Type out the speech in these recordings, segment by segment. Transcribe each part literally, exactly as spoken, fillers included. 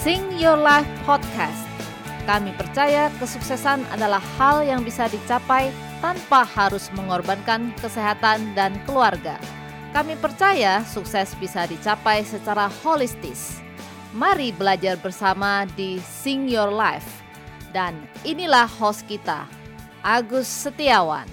Sing Your Life Podcast. Kami percaya kesuksesan adalah hal yang bisa dicapai tanpa harus mengorbankan kesehatan dan keluarga. Kami percaya sukses bisa dicapai secara holistis. Mari belajar bersama di Sing Your Life. Dan inilah host kita, Agus Setiawan.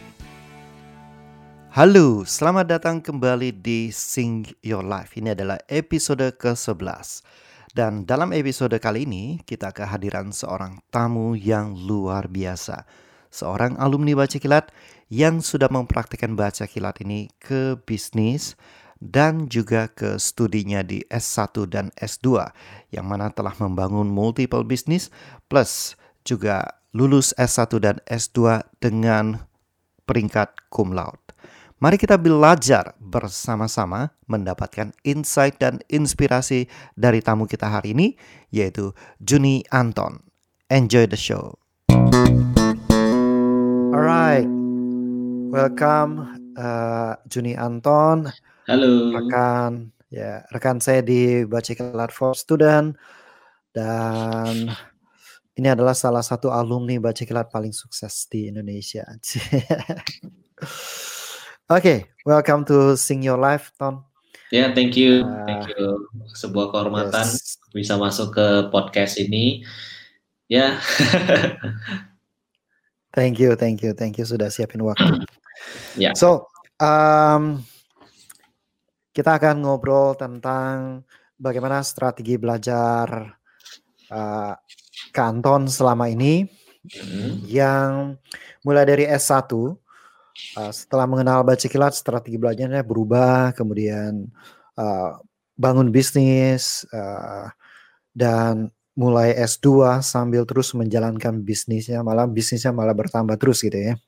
Halo, selamat datang kembali di Sing Your Life. Ini adalah episode ke sebelas. Dan dalam episode kali ini, kita kehadiran seorang tamu yang luar biasa. Seorang alumni Baca Kilat yang sudah mempraktikkan Baca Kilat ini ke bisnis dan juga ke studinya di S satu dan S dua, yang mana telah membangun multiple bisnis plus juga lulus S satu dan S dua dengan peringkat cum laude. Mari kita belajar bersama-sama mendapatkan insight dan inspirasi dari tamu kita hari ini, yaitu Juni Anton. Enjoy the show. Alright, welcome uh, Juni Anton. Halo. Rekan, ya rekan saya di Baca Kilat for Student, dan ini adalah salah satu alumni Baca Kilat paling sukses di Indonesia. Oke, okay, welcome to Sing Your Life, Ton. Ya, yeah, thank you, thank you. Sebuah kehormatan yes. bisa masuk ke podcast ini. Ya. Yeah. Thank you, thank you, thank you sudah siapin waktu. Ya. Yeah. So, um, kita akan ngobrol tentang bagaimana strategi belajar uh, Anton selama ini, mm-hmm. yang mulai dari S satu. Uh, setelah mengenal Baca Kilat, strategi belajarnya berubah, kemudian uh, bangun bisnis, uh, dan mulai S dua sambil terus menjalankan bisnisnya, malah bisnisnya malah bertambah terus gitu ya.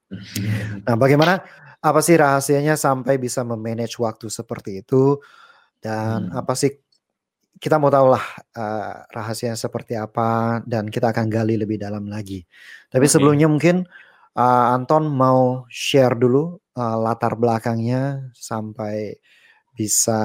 Nah, bagaimana, apa sih rahasianya sampai bisa memanage waktu seperti itu, dan hmm. apa sih, kita mau tahu lah uh, rahasianya seperti apa, dan kita akan gali lebih dalam lagi. Tapi okay. sebelumnya mungkin Uh, Anton mau share dulu uh, latar belakangnya sampai bisa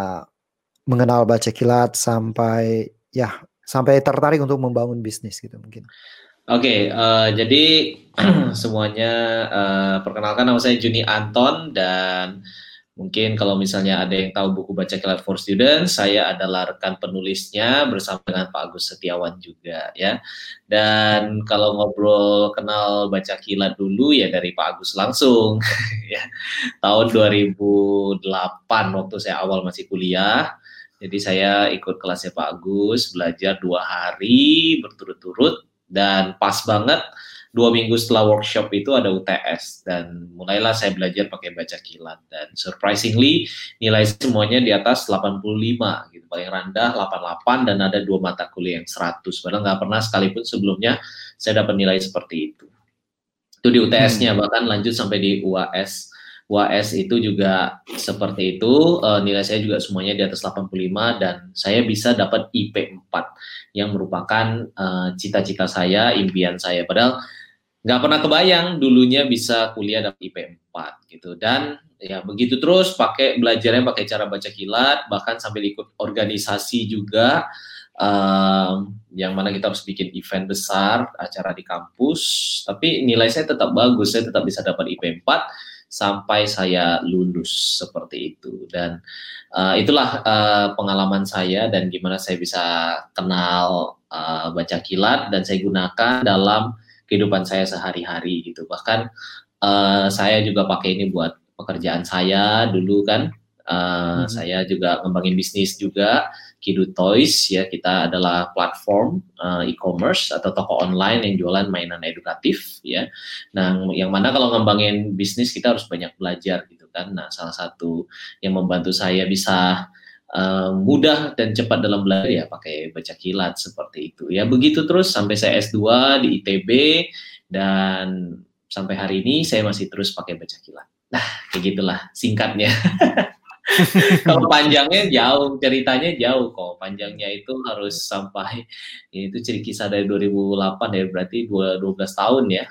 mengenal Baca Kilat, sampai ya sampai tertarik untuk membangun bisnis gitu mungkin. Oke, okay, uh, jadi semuanya uh, perkenalkan, nama saya Juni Anton, dan mungkin kalau misalnya ada yang tahu buku Baca Kilat for Students, saya adalah rekan penulisnya bersama dengan Pak Agus Setiawan juga ya. Dan kalau ngobrol kenal Baca Kilat dulu ya dari Pak Agus langsung ya. Tahun dua ribu delapan waktu saya awal masih kuliah. Jadi saya ikut kelasnya Pak Agus, belajar dua hari berturut-turut, dan pas banget dua minggu setelah workshop itu ada U T S, dan mulailah saya belajar pakai Baca Kilat, dan surprisingly nilai semuanya di atas delapan puluh lima gitu, paling rendah delapan puluh delapan, dan ada dua mata kuliah yang seratus, padahal nggak pernah sekalipun sebelumnya saya dapat nilai seperti itu. Itu di U T S-nya, hmm. bahkan lanjut sampai di U A S. U A S itu juga seperti itu, uh, nilai saya juga semuanya di atas delapan puluh lima, dan saya bisa dapat I P empat yang merupakan uh, cita-cita saya, impian saya, padahal nggak pernah kebayang dulunya bisa kuliah dapat I P empat gitu. Dan ya begitu terus pakai belajarnya pakai cara Baca Kilat, bahkan sambil ikut organisasi juga, um, yang mana kita harus bikin event besar, acara di kampus, tapi nilai saya tetap bagus, saya tetap bisa dapat I P empat sampai saya lulus seperti itu. Dan uh, itulah uh, pengalaman saya dan gimana saya bisa kenal uh, Baca Kilat, dan saya gunakan dalam kehidupan saya sehari-hari gitu. Bahkan uh, saya juga pakai ini buat pekerjaan saya dulu kan. Uh, hmm. Saya juga ngembangin bisnis juga, Kidu Toys ya. Kita adalah platform uh, e-commerce atau toko online yang jualan mainan edukatif ya. Nah, yang mana kalau ngembangin bisnis kita harus banyak belajar gitu kan. Nah, salah satu yang membantu saya bisa Uh, mudah dan cepat dalam belajar ya pakai Baca Kilat seperti itu ya. Begitu terus sampai saya S dua di I T B, dan sampai hari ini saya masih terus pakai Baca Kilat. Nah, kayak gitulah singkatnya. Kalau panjangnya jauh, ceritanya jauh kok. Panjangnya itu harus sampai, ya itu cerita kisah dari dua ribu delapan ya, berarti dua belas tahun ya.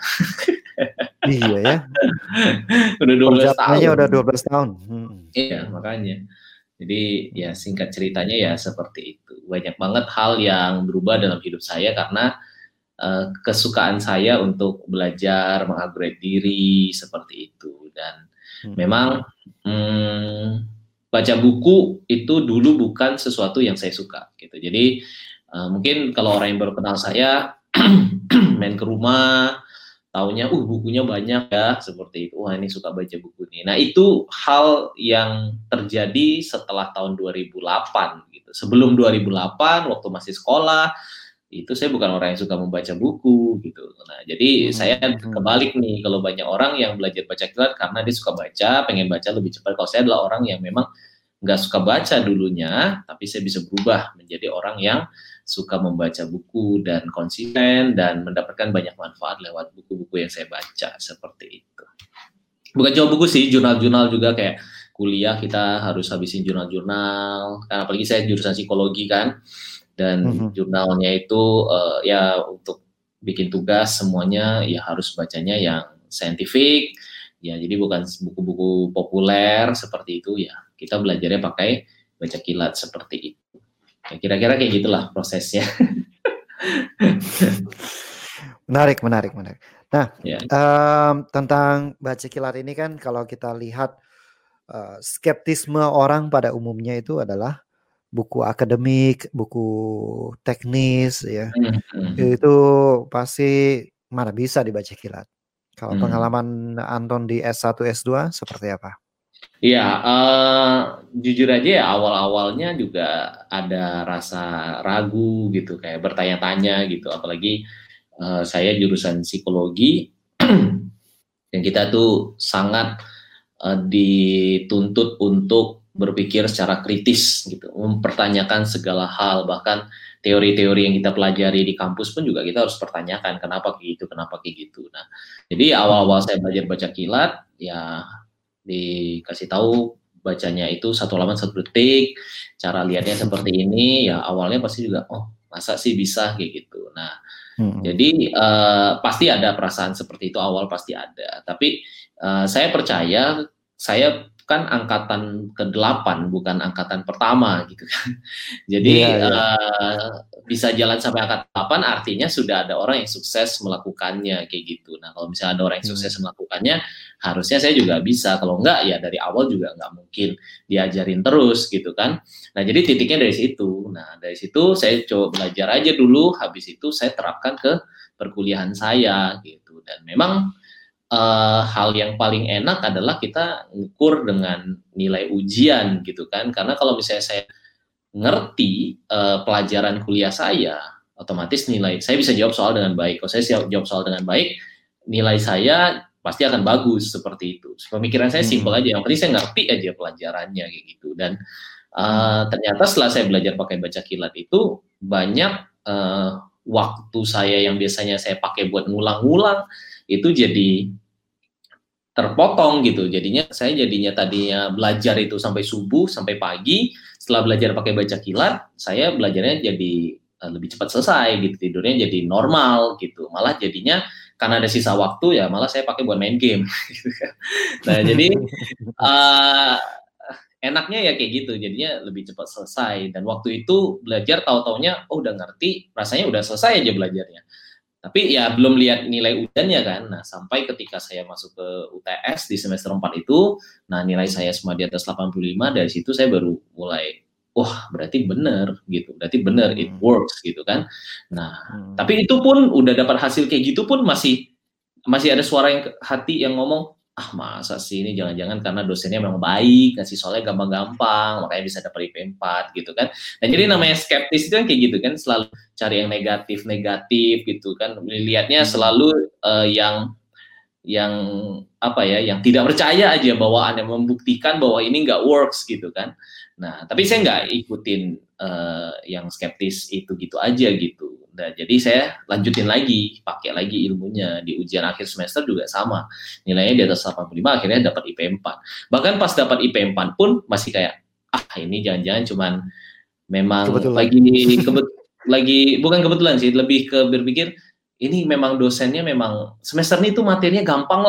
Iya ya. Udah dua belas tahun. Udah dua belas tahun. Hmm. Iya, makanya. Jadi ya singkat ceritanya ya seperti itu. Banyak banget hal yang berubah dalam hidup saya karena uh, kesukaan saya untuk belajar, mengupgrade diri seperti itu. Dan hmm. memang hmm, baca buku itu dulu bukan sesuatu yang saya suka gitu. Jadi uh, mungkin kalau orang yang baru kenal saya main ke rumah, taunya, uh bukunya banyak ya, seperti itu. Wah ini suka baca buku nih. Nah itu hal yang terjadi setelah tahun dua ribu delapan gitu. Sebelum dua ribu delapan waktu masih sekolah, itu saya bukan orang yang suka membaca buku gitu. Nah jadi hmm. saya kebalik nih, kalau banyak orang yang belajar baca kilat karena dia suka baca, pengen baca lebih cepat. Kalau saya adalah orang yang memang nggak suka baca dulunya, tapi saya bisa berubah menjadi orang yang suka membaca buku dan konsisten dan mendapatkan banyak manfaat lewat buku-buku yang saya baca, seperti itu. Bukan cuma buku sih, jurnal-jurnal juga, kayak kuliah kita harus habisin jurnal-jurnal, kan apalagi saya jurusan psikologi kan, dan mm-hmm. jurnalnya itu uh, ya untuk bikin tugas semuanya ya harus bacanya yang saintifik, ya jadi bukan buku-buku populer seperti itu ya, kita belajarnya pakai baca kilat seperti itu. Ya, kira-kira kayak gitulah prosesnya. Menarik, menarik, menarik. Nah, ya. um, tentang baca kilat ini kan kalau kita lihat uh, skeptisme orang pada umumnya itu adalah buku akademik, buku teknis, ya. Hmm. Itu pasti mana bisa dibaca kilat. Kalau hmm. pengalaman Anton di S satu, S dua seperti apa? Iya, uh, jujur aja ya awal-awalnya juga ada rasa ragu gitu, kayak bertanya-tanya gitu, apalagi uh, saya jurusan psikologi dan kita tuh sangat uh, dituntut untuk berpikir secara kritis gitu, mempertanyakan segala hal, bahkan teori-teori yang kita pelajari di kampus pun juga kita harus pertanyakan kenapa kayak gitu, kenapa kayak gitu. Nah, jadi awal-awal saya belajar baca kilat ya dikasih tahu bacanya itu satu halaman satu detik, cara lihatnya seperti ini, ya awalnya pasti juga oh masa sih bisa kayak gitu. Nah hmm. jadi uh, pasti ada perasaan seperti itu, awal pasti ada, tapi uh, saya percaya saya kan angkatan kedelapan bukan angkatan pertama gitu kan. Jadi yeah, yeah. Uh, bisa jalan sampai angkatan delapan artinya sudah ada orang yang sukses melakukannya kayak gitu. Nah kalau misalnya ada orang yang sukses hmm. melakukannya, harusnya saya juga bisa. Kalau enggak ya dari awal juga enggak mungkin diajarin terus gitu kan. Nah jadi titiknya dari situ. Nah dari situ saya coba belajar aja dulu, habis itu saya terapkan ke perkuliahan saya gitu. Dan memang Uh, hal yang paling enak adalah kita ngukur dengan nilai ujian gitu kan, karena kalau misalnya saya ngerti uh, pelajaran kuliah saya, otomatis nilai saya bisa jawab soal dengan baik. Kalau saya jawab soal dengan baik, nilai saya pasti akan bagus seperti itu. Pemikiran saya simpel hmm. aja, yang penting saya ngerti aja pelajarannya kayak gitu. Dan uh, ternyata setelah saya belajar pakai baca kilat itu banyak uh, waktu saya yang biasanya saya pakai buat ngulang-ngulang itu jadi terpotong gitu. Jadinya saya jadinya tadinya belajar itu sampai subuh, sampai pagi. Setelah belajar pakai baca kilat, saya belajarnya jadi uh, lebih cepat selesai gitu. Tidurnya jadi normal gitu. Malah jadinya karena ada sisa waktu ya malah saya pakai buat main game. Nah jadi uh, enaknya ya kayak gitu. Jadinya lebih cepat selesai. Dan waktu itu belajar tahu-taunya oh udah ngerti, rasanya udah selesai aja belajarnya. Tapi ya belum lihat nilai ujiannya kan. Nah, sampai ketika saya masuk ke U T S di semester empat itu, nah nilai saya semua di atas delapan puluh lima, dari situ saya baru mulai, wah berarti benar gitu. Berarti benar, it works gitu kan. Nah, hmm. tapi itu pun udah dapat hasil kayak gitu pun masih masih ada suara yang hati yang ngomong, ah masa sih ini jangan-jangan karena dosennya memang baik, ngasih soalnya gampang-gampang, makanya bisa dapat I P empat gitu kan. Nah jadi namanya skeptis itu kan kayak gitu kan, selalu cari yang negatif-negatif gitu kan, lihatnya selalu uh, yang yang apa ya, yang tidak percaya aja bawaannya, membuktikan bahwa ini nggak works gitu kan. Nah tapi saya nggak ikutin uh, yang skeptis itu gitu aja gitu. Nah, jadi saya lanjutin lagi, pakai lagi ilmunya di ujian akhir semester juga sama. Nilainya di atas delapan puluh lima, akhirnya dapat I P empat. Bahkan pas dapat I P empat pun masih kayak, ah ini jangan-jangan cuman memang kebetulan. lagi kebet, lagi bukan kebetulan sih, lebih ke berpikir ini memang dosennya memang semester ini tuh materinya gampang lah.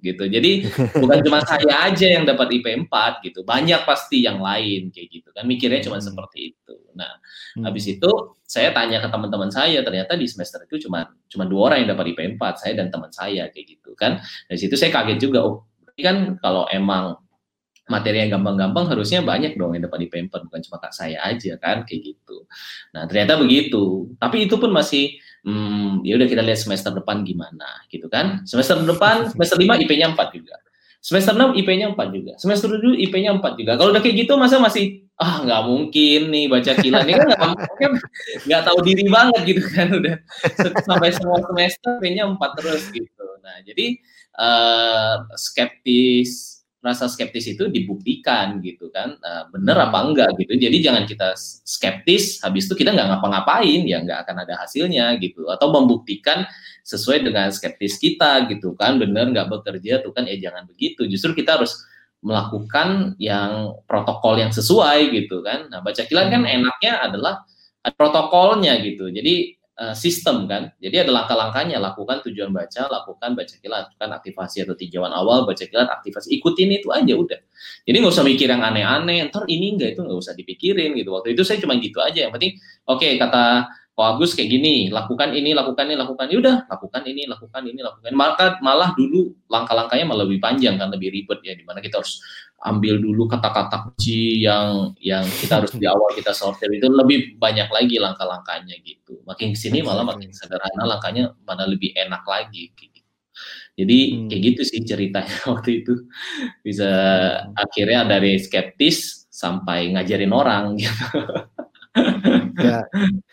gitu. Jadi bukan cuma saya aja yang dapat I P empat gitu, banyak pasti yang lain kayak gitu kan, mikirnya cuma hmm. seperti itu. Nah, hmm. habis itu saya tanya ke teman-teman saya, ternyata di semester itu cuma cuma dua orang yang dapat I P empat, saya dan teman saya kayak gitu kan. Dari situ saya kaget juga, oh kan kalau emang materi yang gampang-gampang harusnya banyak dong yang dapat I P empat, bukan cuma kak saya aja kan kayak gitu. Nah ternyata begitu. Tapi itu pun masih, hmm, ya udah kita lihat semester depan gimana gitu kan. Semester depan semester lima I P-nya empat juga. Semester enam I P-nya empat juga. Semester tujuh I P-nya empat juga. Kalau udah kayak gitu masa masih ah nggak mungkin nih baca kilan ini kan nggak mungkin, nggak tahu diri banget gitu kan, udah sampai semua semester I P-nya empat terus gitu. Nah jadi uh, skeptis. Rasa skeptis itu dibuktikan gitu kan, uh, bener apa enggak gitu. Jadi jangan kita skeptis, habis itu kita nggak ngapa-ngapain, ya nggak akan ada hasilnya gitu. Atau membuktikan sesuai dengan skeptis kita gitu kan, bener nggak bekerja tuh kan, ya jangan begitu. Justru kita harus melakukan yang protokol yang sesuai gitu kan. Nah baca kilan kan enaknya adalah ada protokolnya gitu. Jadi Uh, sistem kan, jadi ada langkah-langkahnya, lakukan tujuan baca, lakukan baca kilat, lakukan aktivasi atau tinjauan awal, baca kilat, aktivasi, ikutin itu aja udah. Jadi nggak usah mikir yang aneh-aneh, ntar ini enggak, itu nggak usah dipikirin gitu. Waktu itu saya cuma gitu aja, yang penting, oke okay, kata Ko Agus kayak gini, lakukan ini, lakukan ini, lakukan ini, udah, lakukan ini, lakukan ini, lakukan ini. Maka malah dulu langkah-langkahnya malah lebih panjang kan, lebih ribet ya, dimana kita harus ambil dulu kata-kata kunci yang yang kita harus di awal kita sortir, itu lebih banyak lagi langkah-langkahnya gitu. Makin kesini malah makin sederhana langkahnya, mana lebih enak lagi gitu. Jadi hmm. kayak gitu sih ceritanya waktu itu, bisa hmm. akhirnya dari skeptis sampai ngajarin orang gitu. Ya.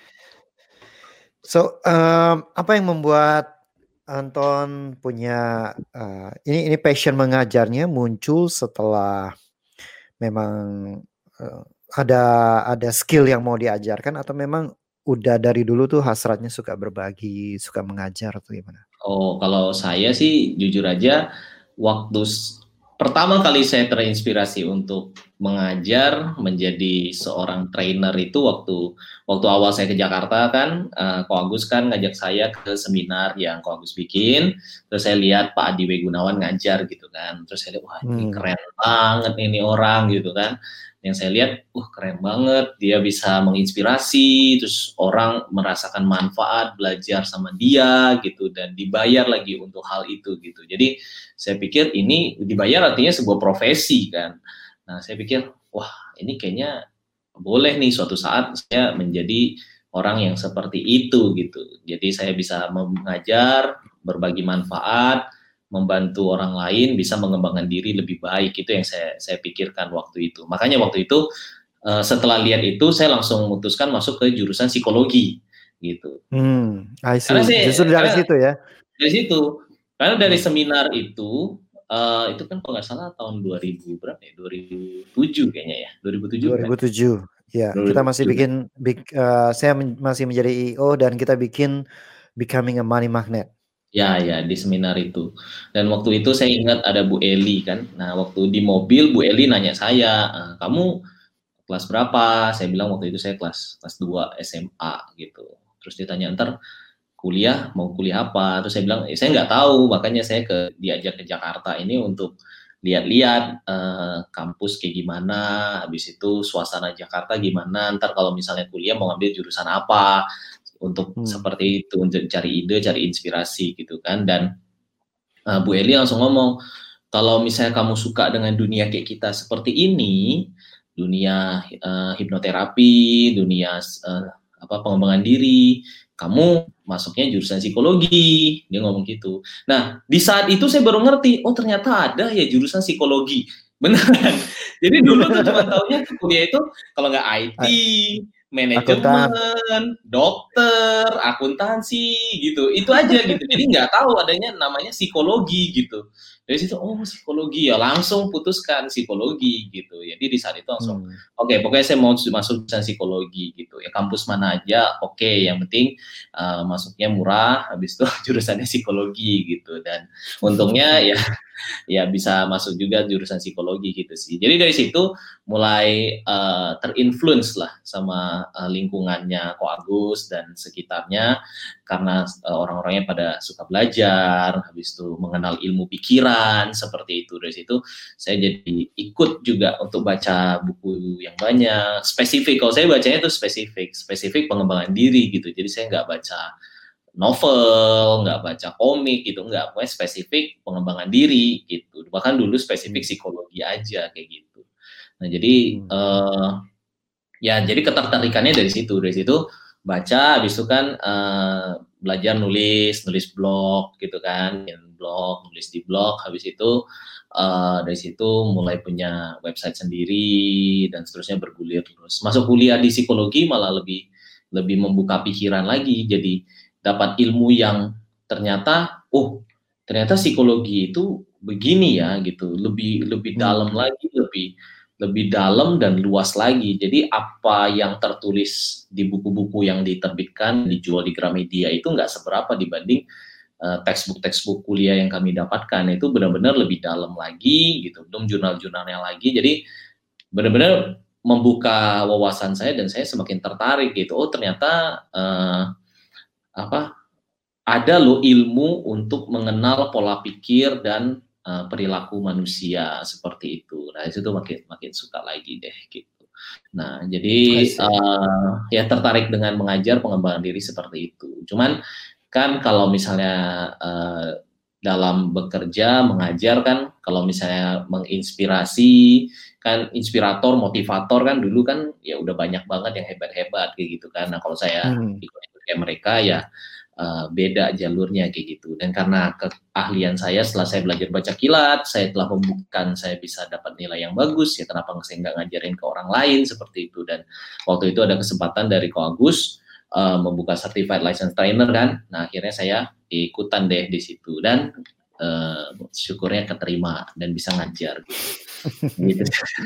So um, apa yang membuat Anton punya uh, ini ini passion mengajarnya muncul setelah memang uh, ada ada skill yang mau diajarkan, atau memang udah dari dulu tuh hasratnya suka berbagi, suka mengajar atau gimana? Oh, kalau saya sih jujur aja waktu pertama kali saya terinspirasi untuk mengajar menjadi seorang trainer itu waktu waktu awal saya ke Jakarta kan, uh, Ko Agus kan ngajak saya ke seminar yang Ko Agus bikin, terus saya lihat Pak Adi W. Gunawan ngajar gitu kan, terus saya lihat wah ini hmm. keren banget ini orang gitu kan, yang saya lihat wah keren banget, dia bisa menginspirasi, terus orang merasakan manfaat belajar sama dia gitu, dan dibayar lagi untuk hal itu gitu. Jadi saya pikir ini dibayar artinya sebuah profesi kan. Nah, saya pikir, wah ini kayaknya boleh nih suatu saat saya menjadi orang yang seperti itu gitu. Jadi saya bisa mengajar, berbagi manfaat, membantu orang lain, bisa mengembangkan diri lebih baik. Itu yang saya saya pikirkan waktu itu. Makanya waktu itu uh, setelah lihat itu, saya langsung memutuskan masuk ke jurusan psikologi gitu. Hmm, I see. Karena saya, justru dari karena, situ ya? Dari situ. Karena dari seminar itu, Uh, itu kan kalau nggak salah tahun dua ribu berapa ya? dua ribu tujuh kayaknya ya. dua ribu tujuh. dua ribu tujuh. Kan? Ya, dua ribu tujuh. Kita masih bikin big, uh, saya men- masih menjadi I O dan kita bikin Becoming a Money Magnet. Ya, ya di seminar itu. Dan waktu itu saya ingat ada Bu Eli kan. Nah, waktu di mobil Bu Eli nanya saya, e, "Kamu kelas berapa?" Saya bilang waktu itu saya kelas kelas dua S M A gitu. Terus dia tanya, "Ntar kuliah mau kuliah apa?" Terus saya bilang, eh, saya nggak tahu, makanya saya ke diajak ke Jakarta ini untuk lihat-lihat eh, kampus kayak gimana, habis itu suasana Jakarta gimana, ntar kalau misalnya kuliah mau ambil jurusan apa, untuk hmm. seperti itu, untuk cari ide, cari inspirasi gitu kan. Dan uh, Bu Eli langsung ngomong, kalau misalnya kamu suka dengan dunia kayak kita seperti ini, dunia uh, hipnoterapi, dunia uh, apa pengembangan diri, kamu masuknya jurusan psikologi. Dia ngomong gitu. Nah, di saat itu saya baru ngerti, oh ternyata ada ya jurusan psikologi. Beneran. Jadi dulu tuh cuma taunya kuliah itu kalau nggak I T, manajemen, dokter, akuntansi gitu. Itu aja gitu. Jadi nggak tahu adanya namanya psikologi gitu. Dari situ, oh psikologi ya, langsung putuskan psikologi gitu. Jadi di saat itu langsung, hmm. oke okay, pokoknya saya mau masuk jurusan psikologi gitu. Ya kampus mana aja, oke. Okay, yang penting uh, masuknya murah, habis itu jurusannya psikologi gitu. Dan untungnya ya ya bisa masuk juga jurusan psikologi gitu sih. Jadi dari situ mulai uh, terinfluence lah sama uh, lingkungannya Ko Agus dan sekitarnya, karena uh, orang-orangnya pada suka belajar, habis itu mengenal ilmu pikiran seperti itu. Dari situ saya jadi ikut juga untuk baca buku yang banyak, spesifik. Kalau saya bacanya itu spesifik, spesifik pengembangan diri gitu. Jadi saya nggak baca novel, nggak baca komik gitu, nggak, pokoknya spesifik pengembangan diri gitu. Bahkan dulu spesifik psikologi aja kayak gitu. Nah jadi hmm. uh, ya jadi ketertarikannya dari situ, dari situ baca, habis itu kan uh, belajar nulis, nulis blog gitu kan, blog, nulis di blog, habis itu uh, dari situ mulai punya website sendiri dan seterusnya bergulir terus. Masuk kuliah di psikologi malah lebih lebih membuka pikiran lagi, jadi dapat ilmu yang ternyata, oh ternyata psikologi itu begini ya gitu, lebih lebih hmm. dalam lagi, lebih lebih dalam dan luas lagi. Jadi apa yang tertulis di buku-buku yang diterbitkan, dijual di Gramedia itu nggak seberapa dibanding uh, textbook-textbook kuliah yang kami dapatkan. Itu benar-benar lebih dalam lagi gitu, belum jurnal-jurnalnya lagi. Jadi benar-benar membuka wawasan saya dan saya semakin tertarik gitu. Oh ternyata uh, apa ada loh ilmu untuk mengenal pola pikir dan uh, perilaku manusia seperti itu. Nah itu makin makin suka lagi deh gitu. Nah jadi uh, ya tertarik dengan mengajar pengembangan diri seperti itu. Cuman kan kalau misalnya uh, dalam bekerja mengajar kan, kalau misalnya menginspirasi kan, inspirator, motivator kan dulu kan ya udah banyak banget yang hebat-hebat kayak gitu kan. Nah kalau saya hmm. ikut kayak mereka ya uh, beda jalurnya kayak gitu. Dan karena keahlian saya setelah saya belajar baca kilat, saya telah membuktikan saya bisa dapat nilai yang bagus, ya kenapa saya nggak ngajarin ke orang lain seperti itu. Dan waktu itu ada kesempatan dari Ko Agus uh, membuka certified license trainer kan. Nah akhirnya saya ikutan deh di situ dan uh, syukurnya keterima dan bisa ngajar gitu.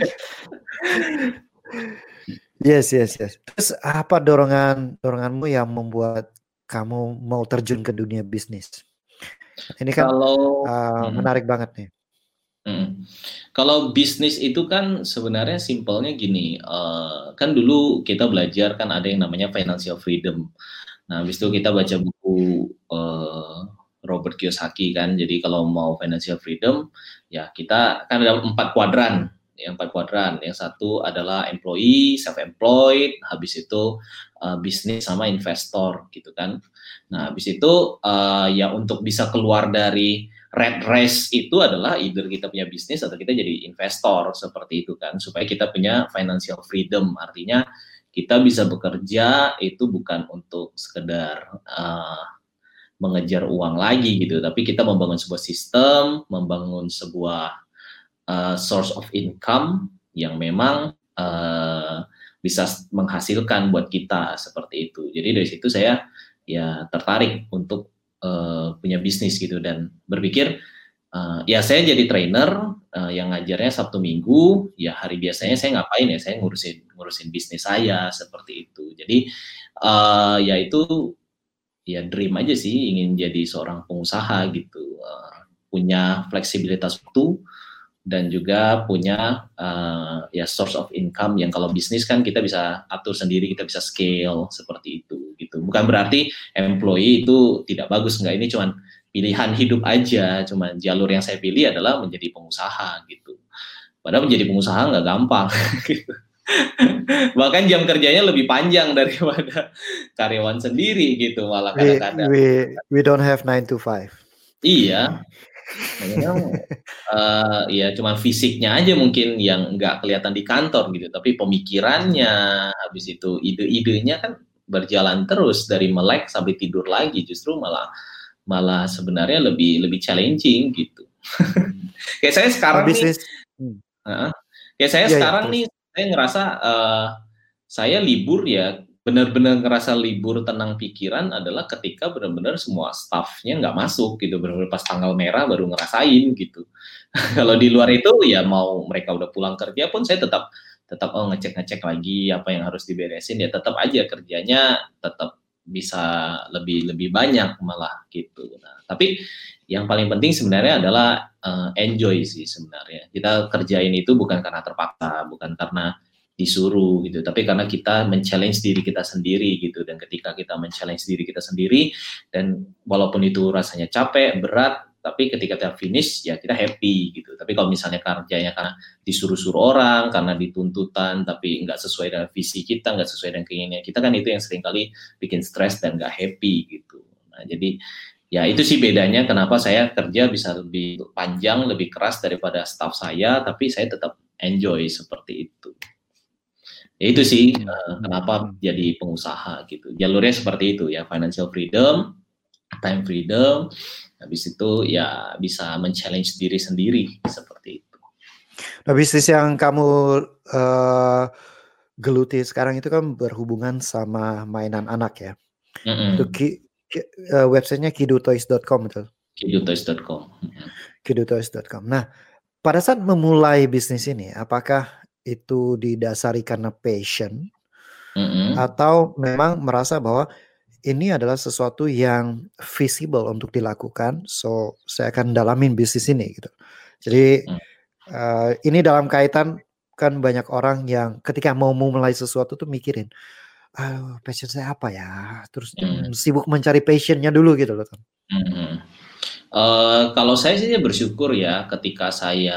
Yes, yes, yes. Terus apa dorongan doronganmu yang membuat kamu mau terjun ke dunia bisnis? Ini kan Kalau, uh, hmm. menarik banget nih. Hmm. Kalau bisnis itu kan sebenarnya simpelnya gini, uh, kan dulu kita belajar kan ada yang namanya financial freedom. Nah, habis itu kita baca buku uh, Robert Kiyosaki kan. Jadi kalau mau financial freedom, ya kita kan ada empat kuadran. Yang empat kuadran, yang satu adalah employee, self-employed, habis itu uh, bisnis sama investor gitu kan. Nah habis itu uh, ya untuk bisa keluar dari red race itu adalah either kita punya bisnis atau kita jadi investor seperti itu kan, supaya kita punya financial freedom, artinya kita bisa bekerja itu bukan untuk sekedar uh, mengejar uang lagi gitu, tapi kita membangun sebuah sistem, membangun sebuah Uh, source of income yang memang uh, bisa menghasilkan buat kita seperti itu. Jadi dari situ saya ya tertarik untuk uh, punya bisnis gitu dan berpikir uh, ya saya jadi trainer uh, yang ngajarnya Sabtu Minggu, ya hari biasanya saya ngapain ya, saya ngurusin ngurusin bisnis saya seperti itu. Jadi uh, ya itu ya dream aja sih, ingin jadi seorang pengusaha gitu, uh, punya fleksibilitas waktu dan juga punya uh, ya source of income yang kalau bisnis kan kita bisa atur sendiri, kita bisa scale seperti itu gitu. Bukan berarti employee itu tidak bagus, enggak, ini cuman pilihan hidup aja, cuman jalur yang saya pilih adalah menjadi pengusaha gitu. Padahal menjadi pengusaha nggak gampang gitu. Bahkan jam kerjanya lebih panjang daripada karyawan sendiri gitu, malah kadang-kadang. We, we, we don't have nine to five. Iya. Memang uh, ya cuman fisiknya aja mungkin yang nggak kelihatan di kantor gitu, tapi pemikirannya, habis itu ide-idenya kan berjalan terus dari melek sampai tidur lagi, justru malah malah sebenarnya lebih lebih challenging gitu. Kayak saya sekarang nih, uh, kayak saya yeah, sekarang yeah, nih, saya ngerasa uh, saya libur ya. Benar-benar ngerasa libur tenang pikiran adalah ketika benar-benar semua staffnya nggak masuk gitu, benar-benar pas tanggal merah baru ngerasain gitu. Kalau di luar itu ya mau mereka udah pulang kerja pun saya tetap tetap oh ngecek-ngecek lagi apa yang harus diberesin, ya tetap aja kerjanya tetap bisa lebih lebih banyak malah gitu. Nah, tapi yang paling penting sebenarnya adalah uh, enjoy sih sebenarnya. Kita kerjain itu bukan karena terpaksa, bukan karena disuruh gitu, tapi karena kita men-challenge diri kita sendiri gitu. Dan ketika kita men-challenge diri kita sendiri, dan walaupun itu rasanya capek, berat, tapi ketika kita finish ya kita happy gitu. Tapi kalau misalnya kerjanya karena disuruh-suruh orang, karena dituntutan, tapi nggak sesuai dengan visi kita, nggak sesuai dengan keinginan kita, kan itu yang seringkali bikin stres dan nggak happy gitu. Nah, jadi ya itu sih bedanya kenapa saya kerja bisa lebih panjang, lebih keras daripada staff saya, tapi saya tetap enjoy seperti itu. Ya itu sih uh, kenapa jadi pengusaha gitu. Jalurnya seperti itu ya, financial freedom, time freedom, habis itu ya bisa men-challenge diri sendiri seperti itu. Nah, bisnis yang kamu uh, geluti sekarang itu kan berhubungan sama mainan anak ya. Mm-hmm. Itu ki, ki, uh, websitenya kidutoys dot com betul? kidutoys dot com. kidutoys dot com. Nah, pada saat memulai bisnis ini, apakah itu didasari karena passion, mm-hmm. atau memang merasa bahwa ini adalah sesuatu yang visible untuk dilakukan, so saya akan dalamin bisnis ini gitu. Jadi mm. uh, ini dalam kaitan kan banyak orang yang ketika mau memulai sesuatu tuh mikirin, ah passion saya apa ya, terus mm. sibuk mencari passionnya dulu gitu loh. Mm-hmm. Uh, kalau saya sih bersyukur ya ketika saya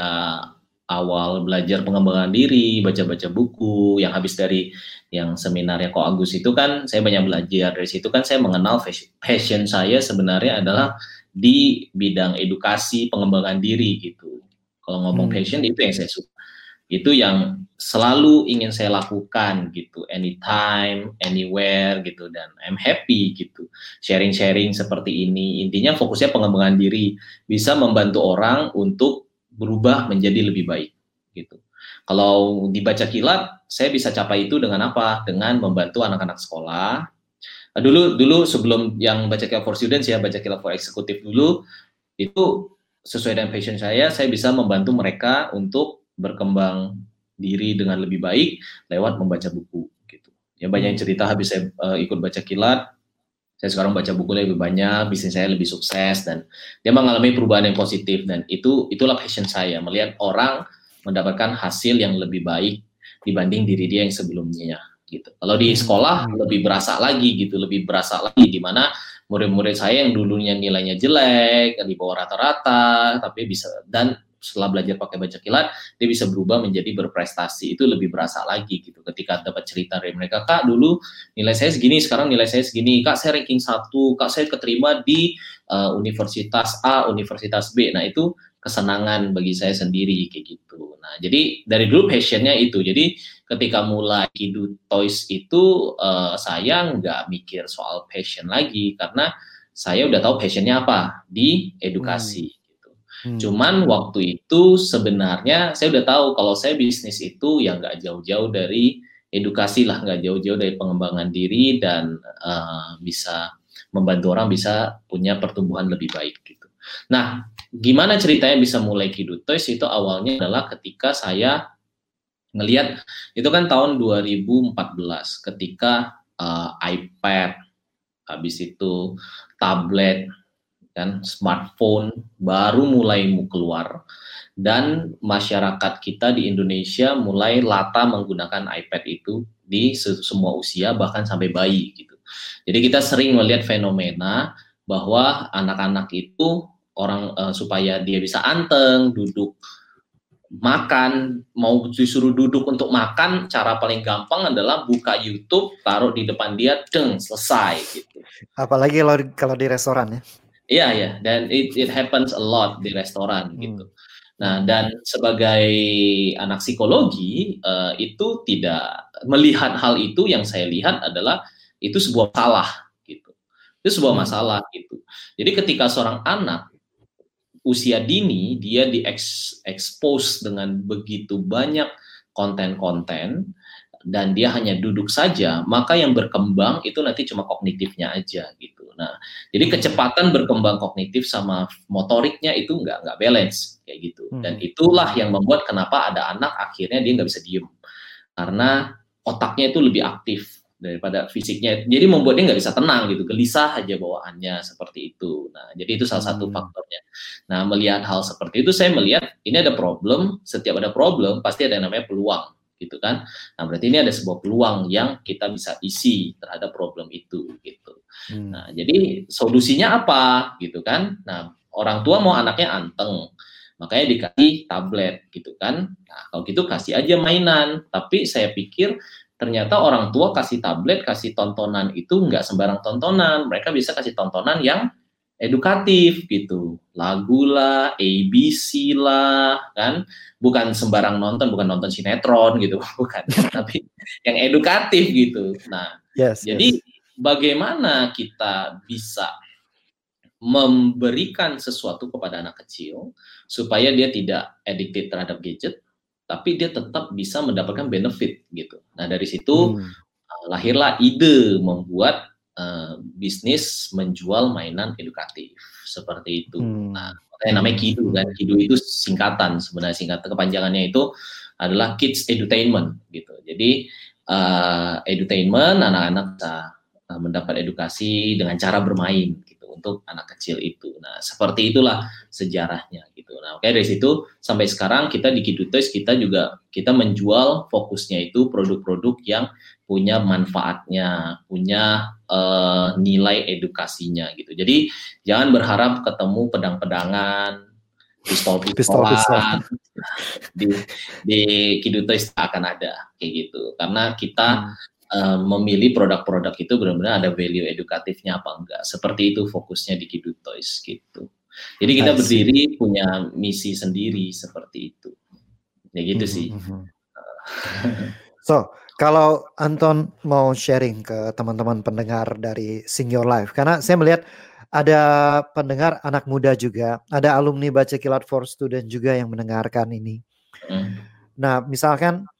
awal belajar pengembangan diri, baca-baca buku, yang habis dari yang seminarnya Ko Agus itu kan saya banyak belajar. Dari situ kan saya mengenal passion saya sebenarnya adalah di bidang edukasi pengembangan diri gitu. Kalau ngomong hmm. passion itu yang saya suka. Itu yang selalu ingin saya lakukan gitu, anytime, anywhere gitu, dan I'm happy gitu. Sharing-sharing seperti ini, intinya fokusnya pengembangan diri, bisa membantu orang untuk berubah menjadi lebih baik gitu. Kalau dibaca kilat, saya bisa capai itu dengan apa? Dengan membantu anak-anak sekolah. Dulu dulu sebelum yang baca kilat for students ya, baca kilat for eksekutif dulu, itu sesuai dengan passion saya, saya bisa membantu mereka untuk berkembang diri dengan lebih baik lewat membaca buku gitu. Ya banyak yang cerita habis saya uh, ikut baca kilat, saya sekarang baca buku lebih banyak, bisnis saya lebih sukses, dan dia mengalami perubahan yang positif, dan itu itulah passion saya, melihat orang mendapatkan hasil yang lebih baik dibanding diri dia yang sebelumnya gitu. Kalau di sekolah lebih berasa lagi gitu, lebih berasa lagi di mana murid-murid saya yang dulunya nilainya jelek, di bawah rata-rata, tapi bisa, dan setelah belajar pakai baca kilat, dia bisa berubah menjadi berprestasi. Itu lebih berasa lagi gitu. Ketika dapat cerita dari mereka, Kak dulu nilai saya segini, sekarang nilai saya segini. Kak saya ranking satu, Kak saya keterima di uh, Universitas A, Universitas B. Nah itu kesenangan bagi saya sendiri kayak gitu. Nah jadi dari dulu passionnya itu. Jadi ketika mulai Kidutoys itu uh, saya nggak mikir soal passion lagi, karena saya udah tahu passionnya apa di edukasi. Hmm. Hmm. Cuman waktu itu sebenarnya saya udah tahu kalau saya bisnis itu ya nggak jauh-jauh dari edukasi lah, nggak jauh-jauh dari pengembangan diri dan uh, bisa membantu orang bisa punya pertumbuhan lebih baik gitu. Nah, gimana ceritanya bisa mulai Kidutoys itu awalnya adalah ketika saya ngelihat itu kan tahun dua ribu empat belas ketika uh, iPad, habis itu tablet, kan smartphone baru mulai keluar, dan masyarakat kita di Indonesia mulai lata menggunakan iPad itu di semua usia, bahkan sampai bayi gitu. Jadi kita sering melihat fenomena bahwa anak-anak itu orang uh, supaya dia bisa anteng duduk makan, mau disuruh duduk untuk makan, cara paling gampang adalah buka YouTube, taruh di depan dia, deng, selesai gitu. Apalagi kalau kalau di restoran ya. Iya ya, dan it, it happens a lot di restoran hmm. gitu. Nah, dan sebagai anak psikologi uh, itu tidak melihat hal itu, yang saya lihat adalah itu sebuah masalah gitu. Itu sebuah hmm. masalah gitu. Jadi ketika seorang anak usia dini dia di-expose dengan begitu banyak konten-konten dan dia hanya duduk saja, maka yang berkembang itu nanti cuma kognitifnya aja gitu. Nah, jadi kecepatan berkembang kognitif sama motoriknya itu nggak nggak balance kayak gitu. Dan itulah yang membuat kenapa ada anak akhirnya dia nggak bisa diem, karena otaknya itu lebih aktif daripada fisiknya. Jadi membuat dia nggak bisa tenang gitu, gelisah aja bawaannya seperti itu. Nah, jadi itu salah satu Hmm. faktornya. Nah, melihat hal seperti itu, saya melihat ini ada problem. Setiap ada problem pasti ada yang namanya peluang, gitu kan. Nah, berarti ini ada sebuah peluang yang kita bisa isi terhadap problem itu, gitu. Hmm. Nah, jadi solusinya apa, gitu kan? Nah, orang tua mau anaknya anteng, makanya dikasih tablet, gitu kan. Nah, kalau gitu kasih aja mainan. Tapi saya pikir ternyata orang tua kasih tablet, kasih tontonan itu nggak sembarang tontonan. Mereka bisa kasih tontonan yang edukatif gitu. Lagu lah, A B C lah, kan. Bukan sembarang nonton, bukan nonton sinetron gitu, bukan. Tapi yang edukatif gitu. Nah, Yes, jadi yes. bagaimana kita bisa memberikan sesuatu kepada anak kecil supaya dia tidak addicted terhadap gadget, tapi dia tetap bisa mendapatkan benefit gitu. Nah, dari situ Hmm. uh, lahirlah ide membuat uh, bisnis menjual mainan edukatif seperti itu. Hmm. Nah, makanya namanya Kidu kan. Kidu itu singkatan, sebenarnya singkatan kepanjangannya itu adalah Kids Edutainment gitu. Jadi uh, edutainment, anak-anak bisa uh, mendapat edukasi dengan cara bermain gitu untuk anak kecil itu. Nah, seperti itulah sejarahnya gitu. Nah, oke, dari situ sampai sekarang kita di Kidu Toys kita juga kita menjual fokusnya itu produk-produk yang punya manfaatnya, punya uh, nilai edukasinya gitu. Jadi jangan berharap ketemu pedang-pedangan, pistol-pistolan di di Kidu Toys akan ada kayak gitu. Karena kita hmm. Uh, memilih produk-produk itu benar-benar ada value edukatifnya apa enggak. Seperti itu fokusnya di Kidu Toys gitu. Jadi kita berdiri punya misi sendiri seperti itu. Ya gitu sih. So, kalau Anton mau sharing ke teman-teman pendengar dari Sing Your Life, karena saya melihat ada pendengar anak muda juga, ada alumni Baca Kilat for Student juga yang mendengarkan ini. Hmm. Nah, misalkan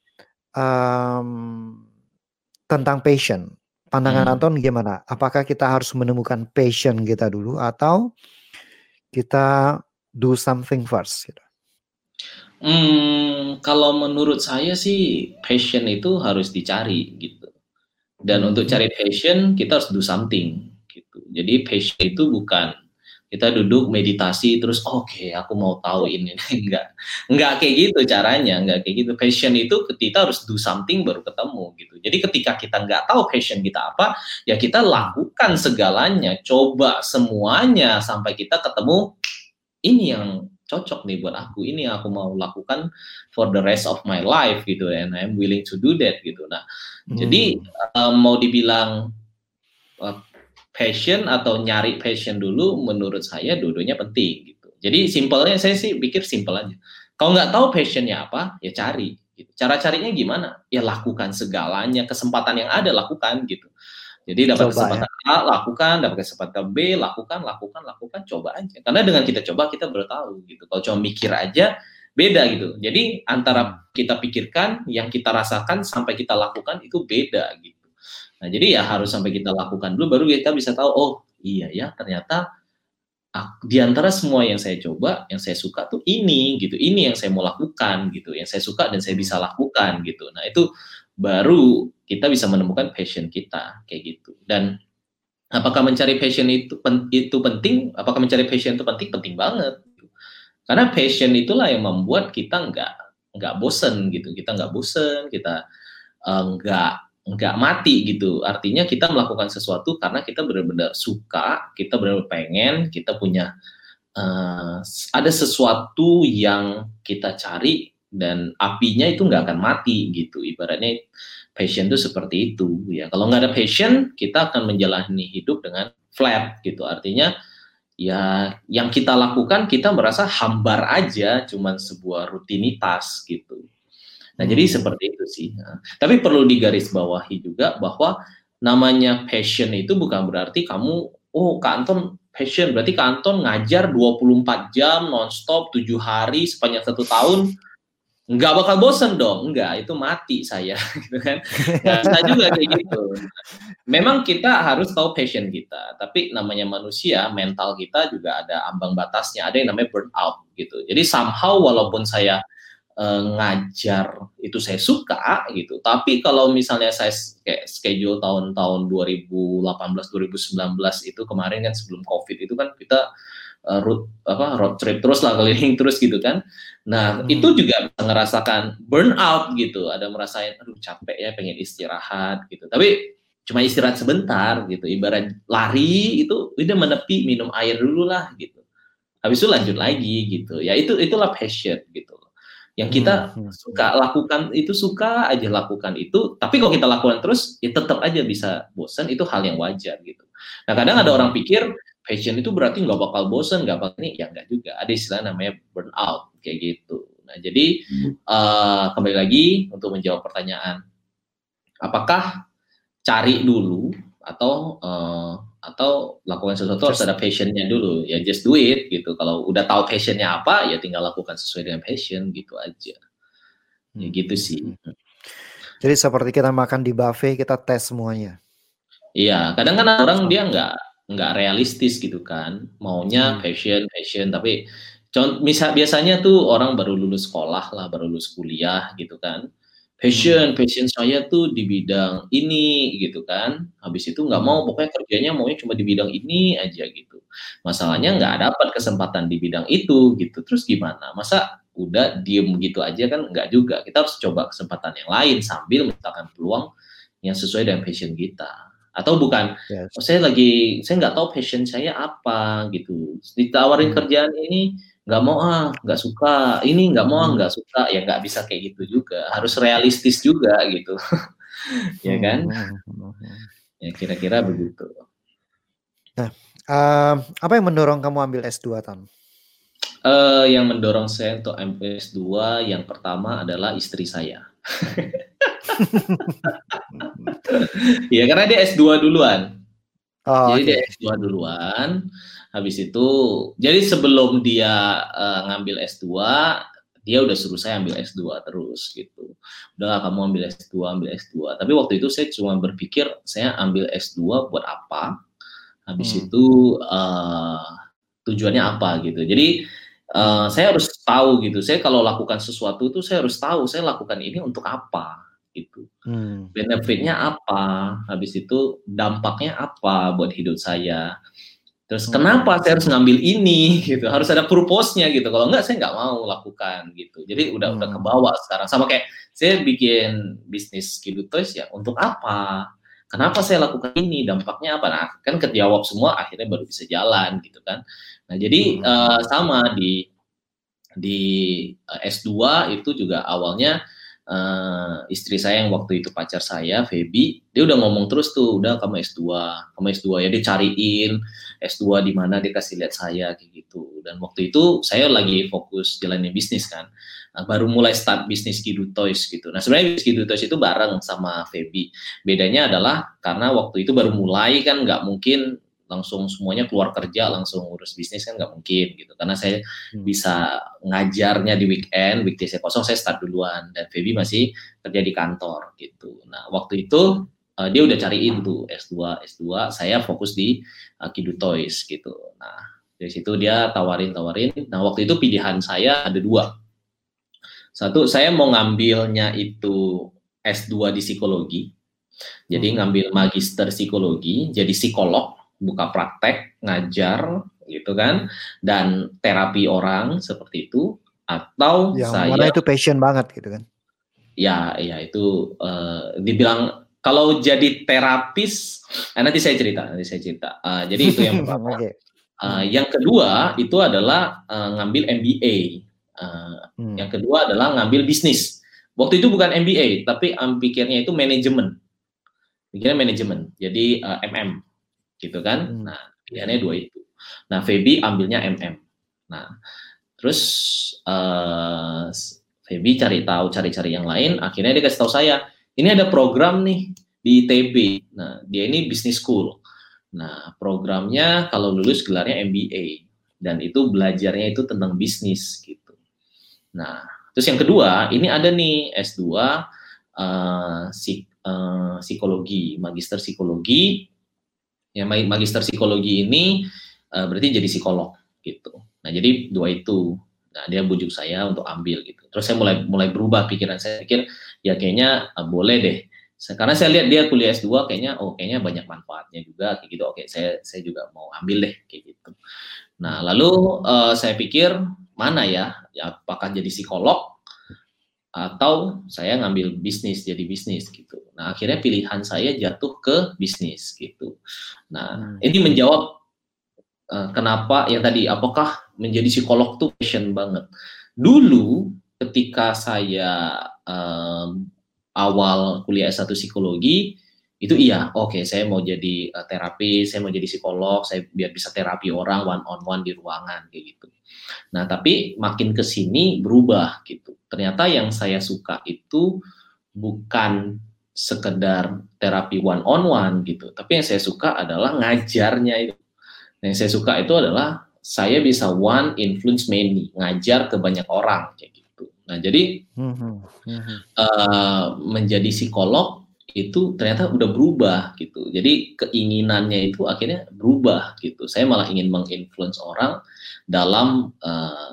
um, tentang passion, pandangan hmm. Anton gimana? Apakah kita harus menemukan passion kita dulu atau kita do something first? Gitu? Hmm, kalau menurut saya sih passion itu harus dicari gitu. Dan hmm. untuk cari passion kita harus do something gitu. Jadi passion itu bukan kita duduk meditasi terus oke okay, aku mau tahu ini enggak enggak kayak gitu caranya, enggak kayak gitu. Passion itu kita harus do something baru ketemu gitu. Jadi ketika kita enggak tahu passion kita apa, ya kita lakukan segalanya, coba semuanya sampai kita ketemu ini yang cocok nih buat aku, ini yang aku mau lakukan for the rest of my life gitu, and I'm willing to do that gitu. Nah, hmm. jadi um, mau dibilang uh, passion atau nyari passion dulu, menurut saya dua-duanya penting gitu. Jadi simpelnya saya sih pikir simpel aja. Kalau nggak tahu passionnya apa, ya cari. Gitu. Cara carinya gimana? Ya lakukan segalanya, kesempatan yang ada lakukan gitu. Jadi dapat coba, kesempatan ya. A, lakukan, dapat kesempatan B, lakukan, lakukan, lakukan, coba aja. Karena dengan kita coba kita baru tahu gitu. Kalau cuma mikir aja beda gitu. Jadi antara kita pikirkan, yang kita rasakan sampai kita lakukan itu beda gitu. Nah, jadi ya harus sampai kita lakukan dulu, baru kita bisa tahu, oh iya ya ternyata ah, di antara semua yang saya coba, yang saya suka tuh ini gitu, ini yang saya mau lakukan gitu, yang saya suka dan saya bisa lakukan gitu. Nah itu baru kita bisa menemukan passion kita kayak gitu. Dan apakah mencari passion itu pen, itu penting? Apakah mencari passion itu penting? Penting banget. Karena passion itulah yang membuat kita nggak nggak bosen gitu, kita nggak bosen, kita uh, nggak nggak mati gitu. Artinya kita melakukan sesuatu karena kita benar-benar suka, kita benar-benar pengen, kita punya uh, ada sesuatu yang kita cari dan apinya itu nggak akan mati gitu. Ibaratnya passion itu seperti itu ya. Kalau nggak ada passion, kita akan menjalani hidup dengan flat gitu. Artinya ya yang kita lakukan kita merasa hambar aja, cuman sebuah rutinitas gitu. Nah, hmm. jadi seperti itu sih. Nah, tapi perlu digarisbawahi juga bahwa namanya passion itu bukan berarti kamu, oh Kak Anton passion, berarti Kak Anton ngajar dua puluh empat jam non-stop tujuh hari sepanjang satu tahun, nggak bakal bosen dong. Enggak, itu mati saya. Gitu kan. Nggak bisa juga kayak gitu. Memang kita harus tahu passion kita, tapi namanya manusia, mental kita juga ada ambang batasnya, ada yang namanya burnout gitu. Jadi somehow walaupun saya uh, ngajar itu saya suka gitu. Tapi kalau misalnya saya kayak schedule tahun-tahun dua ribu delapan belas dua ribu sembilan belas itu kemarin kan sebelum COVID itu kan kita uh, road apa road trip terus lah, keliling terus gitu kan. Nah, hmm. itu juga bisa ngerasakan burnout gitu. Ada merasain aduh capek ya, pengen istirahat gitu. Tapi cuma istirahat sebentar gitu. Ibarat lari itu udah menepi, minum air dulu lah gitu. Habis itu lanjut lagi gitu. Ya itu itulah passion gitu. Yang kita hmm. suka lakukan itu, suka aja lakukan itu. Tapi kalau kita lakukan terus, ya tetap aja bisa bosan. Itu hal yang wajar gitu. Nah kadang ada orang pikir passion itu berarti nggak bakal bosan, nggak bakal ini. Ya nggak juga. Ada istilah namanya burnout kayak gitu. Nah jadi uh, kembali lagi untuk menjawab pertanyaan, apakah cari dulu atau uh, atau lakukan sesuatu harus ada passionnya dulu, ya just do it gitu. Kalau udah tahu passionnya apa, ya tinggal lakukan sesuai dengan passion gitu aja. Ya gitu sih. Jadi seperti kita makan di buffet, kita tes semuanya. Iya, kadang kan orang dia nggak nggak realistis gitu kan, maunya passion passion, tapi contoh misal biasanya tuh orang baru lulus sekolah lah, baru lulus kuliah gitu kan. Passion, passion saya tuh di bidang ini gitu kan. Habis itu nggak mau, pokoknya kerjanya maunya cuma di bidang ini aja gitu. Masalahnya nggak dapat kesempatan di bidang itu gitu. Terus gimana? Masa udah diem gitu aja kan? Nggak juga. Kita harus coba kesempatan yang lain sambil menciptakan peluang yang sesuai dengan passion kita. Atau bukan, yes. oh, saya lagi, saya nggak tahu passion saya apa gitu. Ditawarin hmm. kerjaan ini, nggak mau ah, nggak suka, ini nggak mau ah, nggak suka, ya nggak bisa kayak gitu juga, harus realistis juga gitu, ya kan? Ya kira-kira begitu. Nah, uh, apa yang mendorong kamu ambil S dua, Tan? Uh, yang mendorong saya untuk ambil S dua, yang pertama adalah istri saya. Ya karena dia S dua duluan, oh, jadi okay. dia S dua duluan. Habis itu, jadi sebelum dia uh, ngambil S dua, dia udah suruh saya ambil S dua terus gitu. Udah kamu ambil S dua, ambil S dua. Tapi waktu itu saya cuma berpikir, saya ambil S dua buat apa? Habis hmm. itu uh, tujuannya apa gitu. Jadi uh, saya harus tahu gitu. Saya kalau lakukan sesuatu itu saya harus tahu, saya lakukan ini untuk apa gitu. Hmm. Benefitnya apa? Habis itu dampaknya apa buat hidup saya? Terus kenapa saya harus ngambil ini gitu, harus ada purpose-nya gitu. Kalau enggak saya nggak mau lakukan gitu. Jadi udah hmm. udah kebawa sekarang. Sama kayak saya bikin bisnis Kidutoys ya, untuk apa? Kenapa saya lakukan ini? Dampaknya apa? Nah, kan kejawab semua, akhirnya baru bisa jalan gitu kan. Nah, jadi hmm. uh, sama di di uh, S dua itu juga awalnya Uh, istri saya yang waktu itu pacar saya, Feby, dia udah ngomong terus tuh, udah kamu S dua, kamu S dua ya, dia cariin S dua di mana, dia kasih lihat saya kayak gitu. Dan waktu itu saya lagi fokus jalanin bisnis kan, nah, baru mulai start bisnis Kidutoys gitu. Nah sebenarnya bisnis Kidutoys itu bareng sama Feby. Bedanya adalah karena waktu itu baru mulai kan, nggak mungkin langsung semuanya keluar kerja langsung urus bisnis kan nggak mungkin gitu, karena saya hmm. bisa ngajarnya di weekend, weekday saya kosong, saya start duluan dan Feby masih kerja di kantor gitu. Nah waktu itu uh, dia udah cariin tuh S dua, S dua, saya fokus di uh, Kidutoys gitu. Nah dari situ dia tawarin-tawarin. Nah waktu itu pilihan saya ada dua. Satu, saya mau ngambilnya itu S dua di psikologi, jadi hmm. ngambil magister psikologi, jadi psikolog, buka praktek, ngajar gitu kan, dan terapi orang seperti itu. Atau yang saya mana itu passion banget gitu kan. Ya, ya itu uh, dibilang kalau jadi terapis, eh, nanti saya cerita, nanti saya cerita. Uh, jadi itu yang pertama. Okay. Uh, yang kedua itu adalah uh, ngambil M B A. Uh, hmm. Yang kedua adalah ngambil bisnis. Waktu itu bukan M B A, tapi um, pikirnya itu manajemen. Pikirnya manajemen. Jadi uh, M M. Gitu kan, hmm. nah pilihannya dua itu. Nah Feby ambilnya M M. Nah terus uh, Feby cari tahu, cari-cari yang lain. Akhirnya dia kasih tahu saya, ini ada program nih di I T B. Nah dia ini business school. Nah programnya kalau lulus gelarnya M B A dan itu belajarnya itu tentang bisnis gitu. Nah terus yang kedua, ini ada nih S dua uh, psik, uh, psikologi, magister psikologi. Ya, magister psikologi ini uh, berarti jadi psikolog gitu. Nah jadi dua itu. Nah, dia bujuk saya untuk ambil gitu. Terus saya mulai mulai berubah pikiran saya, pikir ya kayaknya uh, boleh deh. Karena saya lihat dia kuliah S dua kayaknya oh kayaknya banyak manfaatnya juga kayak gitu. Oke, saya saya juga mau ambil deh kayak gitu. Nah, lalu uh, saya pikir mana ya, ya apakah jadi psikolog atau saya ngambil bisnis, jadi bisnis gitu. Nah, akhirnya pilihan saya jatuh ke bisnis gitu. Nah, hmm. ini menjawab uh, kenapa yang tadi, apakah menjadi psikolog tuh passion banget. Dulu ketika saya um, awal kuliah S satu psikologi, itu iya, oke okay, saya mau jadi uh, terapis, saya mau jadi psikolog, saya biar bisa terapi orang one on one di ruangan kayak gitu. Nah, tapi makin ke sini berubah gitu. Ternyata yang saya suka itu bukan sekedar terapi one on one gitu, tapi yang saya suka adalah ngajarnya itu. Yang saya suka itu adalah saya bisa one influence many, ngajar ke banyak orang kayak gitu. Nah, jadi mm-hmm. uh, menjadi psikolog itu ternyata udah berubah gitu. Jadi keinginannya itu akhirnya berubah gitu. Saya malah ingin menginfluence orang dalam uh,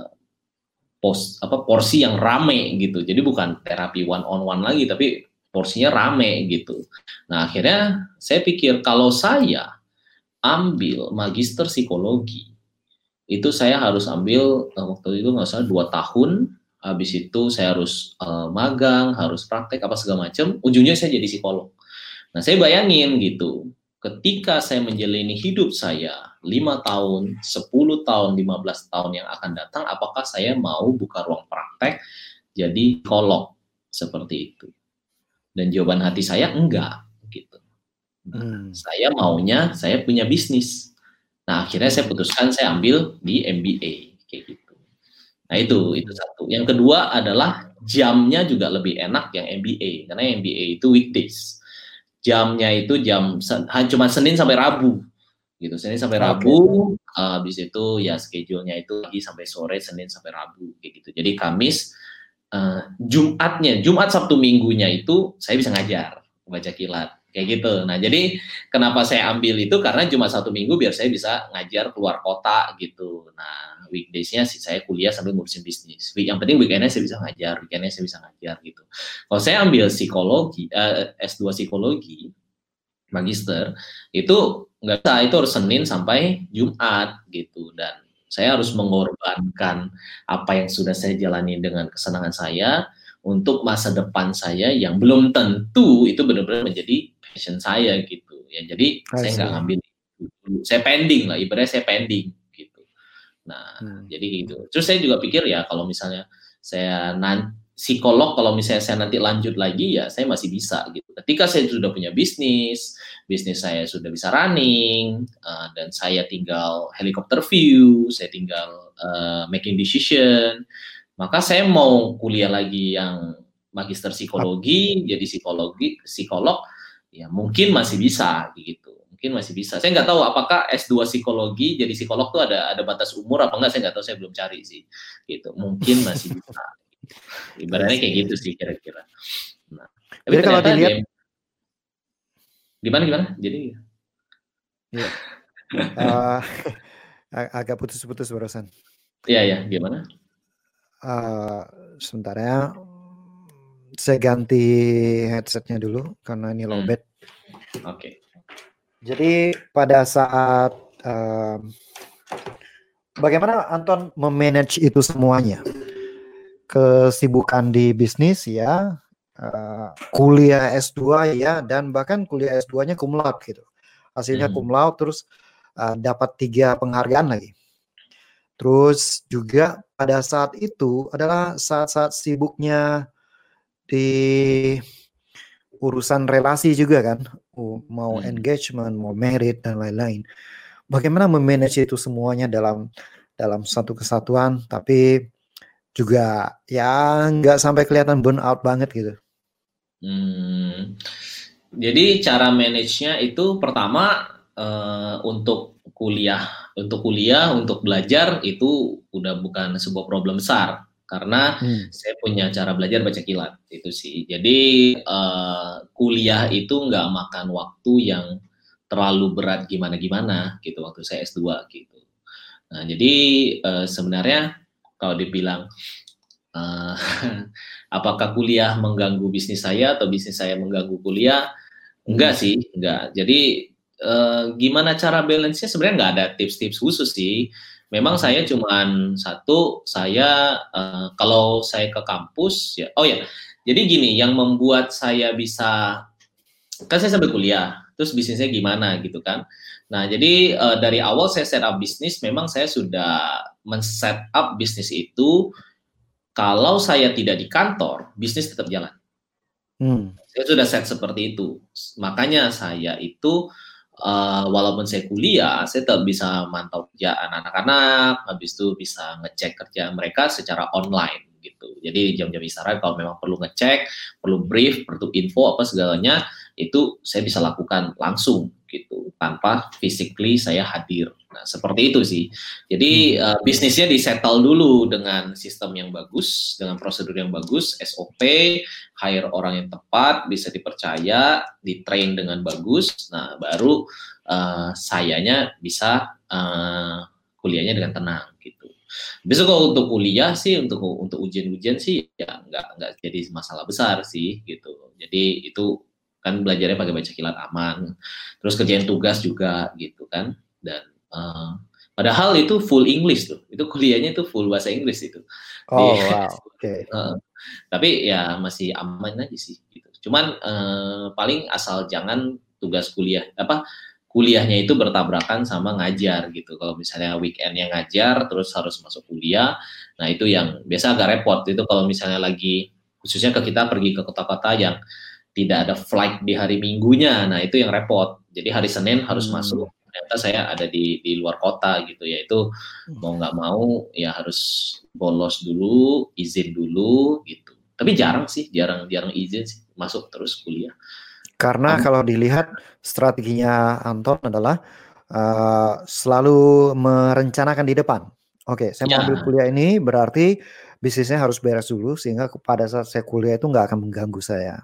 pos apa porsi yang rame gitu. Jadi bukan terapi one on one lagi, tapi porsinya rame gitu. Nah, akhirnya saya pikir kalau saya ambil magister psikologi, itu saya harus ambil uh, waktu itu nggak salah dua tahun. Habis itu saya harus uh, magang, harus praktek apa segala macam. Ujungnya saya jadi psikolog. Nah, saya bayangin gitu, ketika saya menjalani hidup saya lima tahun, sepuluh tahun, lima belas tahun yang akan datang, apakah saya mau buka ruang praktek jadi psikolog seperti itu? Dan jawaban hati saya enggak gitu. Nah, hmm. Saya maunya saya punya bisnis. Nah, akhirnya saya putuskan saya ambil di M B A kayak gitu. Nah, itu itu satu. Yang kedua adalah jamnya juga lebih enak yang M B A, karena M B A itu weekdays. Jamnya itu jam cuma Senin sampai Rabu gitu. Senin sampai Rabu, okay. uh, habis itu ya schedule-nya itu lagi sampai sore, Senin sampai Rabu kayak gitu. Jadi Kamis, uh, Jumatnya, Jumat Sabtu Minggunya itu saya bisa ngajar baca kilat kayak gitu. Nah, jadi kenapa saya ambil itu karena Jumat Sabtu Minggu biar saya bisa ngajar keluar kota gitu. Nah, weekdays-nya sih saya kuliah sambil ngurusin bisnis. Yang penting weekend-nya saya bisa ngajar, weekend-nya saya bisa ngajar gitu. Kalau saya ambil psikologi, uh, S dua psikologi, magister, itu nggak bisa, itu harus Senin sampai Jumat gitu. Dan saya harus mengorbankan apa yang sudah saya jalani dengan kesenangan saya untuk masa depan saya yang belum tentu itu benar-benar menjadi passion saya gitu. Ya, jadi I saya nggak ngambil itu. Saya pending lah, ibaratnya saya pending. Nah, hmm. jadi gitu. Terus saya juga pikir ya kalau misalnya saya nanti psikolog, kalau misalnya saya nanti lanjut lagi ya saya masih bisa gitu. Ketika saya sudah punya bisnis, bisnis saya sudah bisa running, uh, dan saya tinggal helicopter view, saya tinggal uh, making decision, maka saya mau kuliah lagi yang magister psikologi, jadi psikologi, psikolog, ya mungkin masih bisa gitu. Mungkin masih bisa. Saya nggak tahu apakah S dua psikologi jadi psikolog tuh ada ada batas umur apa enggak, saya nggak tahu, saya belum cari sih. Gitu. Mungkin masih bisa. Ibaratnya kayak gitu sih kira-kira. Nah, tapi jadi kalau dilihat dia, gimana gimana? Jadi ya. uh, agak putus-putus barusan. Iya ya, gimana? Uh, sebentar ya. Saya ganti headsetnya dulu karena ini lowbat. Hmm. Oke. Okay. Jadi pada saat uh, bagaimana Anton memanage itu semuanya, kesibukan di bisnis ya, uh, kuliah S dua ya, dan bahkan kuliah S dua-nya cum laude gitu, hasilnya hmm. cum laude, terus uh, dapat tiga penghargaan lagi. Terus juga pada saat itu adalah saat-saat sibuknya di urusan relasi juga kan, mau hmm. engagement, mau married dan lain-lain. Bagaimana memanage itu semuanya dalam dalam satu kesatuan, tapi juga ya nggak sampai kelihatan burn out banget gitu. Hmm. Jadi cara manage-nya itu pertama uh, untuk kuliah, untuk kuliah, untuk belajar itu udah bukan sebuah problem besar. Karena hmm. saya punya cara belajar baca kilat itu sih. Jadi uh, kuliah itu nggak makan waktu yang terlalu berat gimana-gimana gitu waktu saya S dua gitu. Nah, jadi uh, sebenarnya kalau dibilang uh, apakah kuliah mengganggu bisnis saya atau bisnis saya mengganggu kuliah? Enggak hmm. sih, enggak. Jadi uh, gimana cara balance-nya sebenarnya nggak ada tips-tips khusus sih. Memang saya cuman satu, saya uh, kalau saya ke kampus ya, oh ya, jadi gini, yang membuat saya bisa, kan saya sambil kuliah, terus bisnisnya gimana gitu kan. Nah, jadi uh, dari awal saya set up bisnis, memang saya sudah men-set up bisnis itu, kalau saya tidak di kantor, bisnis tetap jalan. Hmm. Saya sudah set seperti itu. Makanya saya itu, Uh, walaupun saya kuliah, saya tetap bisa mantau kerjaan anak-anak, habis itu bisa ngecek kerjaan mereka secara online gitu. Jadi jam-jam istirahat kalau memang perlu ngecek, perlu brief, perlu info apa segalanya, itu saya bisa lakukan langsung gitu, tanpa physically saya hadir. Nah, seperti itu sih. Jadi uh, bisnisnya disettle dulu dengan sistem yang bagus, dengan prosedur yang bagus, S O P, hire orang yang tepat, bisa dipercaya, di-train dengan bagus. Nah, baru uh, sayanya bisa uh, kuliahnya dengan tenang gitu. Besok kalau untuk kuliah sih, untuk untuk ujian-ujian sih ya nggak nggak jadi masalah besar sih gitu. Jadi itu kan belajarnya pakai baca kilat aman. Terus kerjain tugas juga gitu kan. Dan uh, padahal itu full English tuh. Itu kuliahnya itu full bahasa Inggris itu. Oh, Di, wow. Oke. Okay. Uh, tapi ya masih aman aja sih gitu. Cuman uh, paling asal jangan tugas kuliah apa kuliahnya itu bertabrakan sama ngajar gitu. Kalau misalnya weekendnya ngajar terus harus masuk kuliah, nah itu yang biasa agak repot. Itu kalau misalnya lagi khususnya ke kita pergi ke kota-kota yang tidak ada flight di hari Minggunya, nah itu yang repot. Jadi hari Senin harus hmm. masuk. Ternyata saya ada di di luar kota gitu ya, itu mau nggak mau ya harus bolos dulu, izin dulu gitu. Tapi jarang sih, jarang jarang izin sih, masuk terus kuliah. Karena um, kalau dilihat strateginya Anton adalah uh, selalu merencanakan di depan. Oke, okay, saya ya. mau ambil kuliah ini berarti bisnisnya harus beres dulu sehingga pada saat saya kuliah itu nggak akan mengganggu saya.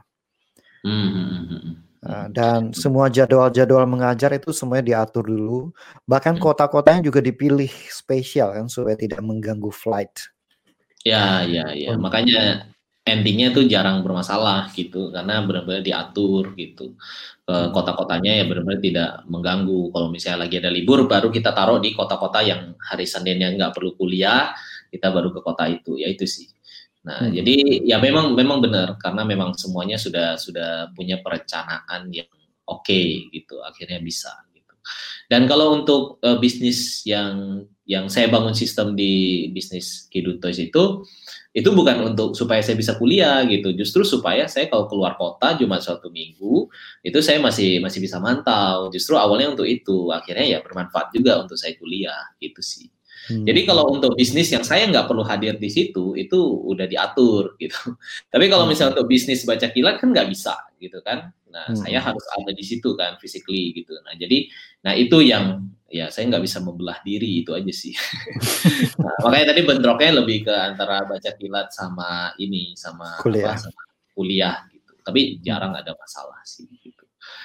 Hmm. Uh, dan semua jadwal-jadwal mengajar itu semuanya diatur dulu. Bahkan kota-kotanya juga dipilih spesial kan supaya tidak mengganggu flight. Ya, ya, ya. Hmm. Makanya endingnya tuh jarang bermasalah gitu, karena benar-benar diatur gitu. Uh, kota-kotanya ya benar-benar tidak mengganggu. Kalau misalnya lagi ada libur, baru kita taruh di kota-kota yang hari Seninnya nggak perlu kuliah, kita baru ke kota itu. Ya itu sih. Nah, hmm. jadi ya memang memang benar karena memang semuanya sudah sudah punya perencanaan yang oke okay, gitu, akhirnya bisa gitu. Dan kalau untuk uh, bisnis yang yang saya bangun sistem di bisnis Kidul Toys itu itu bukan untuk supaya saya bisa kuliah gitu, justru supaya saya kalau keluar kota cuma suatu minggu itu saya masih masih bisa mantau. Justru awalnya untuk itu, akhirnya ya bermanfaat juga untuk saya kuliah gitu sih. Hmm. Jadi kalau untuk bisnis yang saya nggak perlu hadir di situ, itu udah diatur gitu. Tapi kalau misalnya untuk bisnis baca kilat kan nggak bisa gitu kan. Nah hmm. saya harus ada di situ kan, physically gitu. Nah jadi, nah itu yang ya saya nggak bisa membelah diri, itu aja sih. Nah, makanya tadi bentroknya lebih ke antara baca kilat sama ini, sama kuliah, apa, sama kuliah gitu. Tapi jarang ada masalah sih gitu.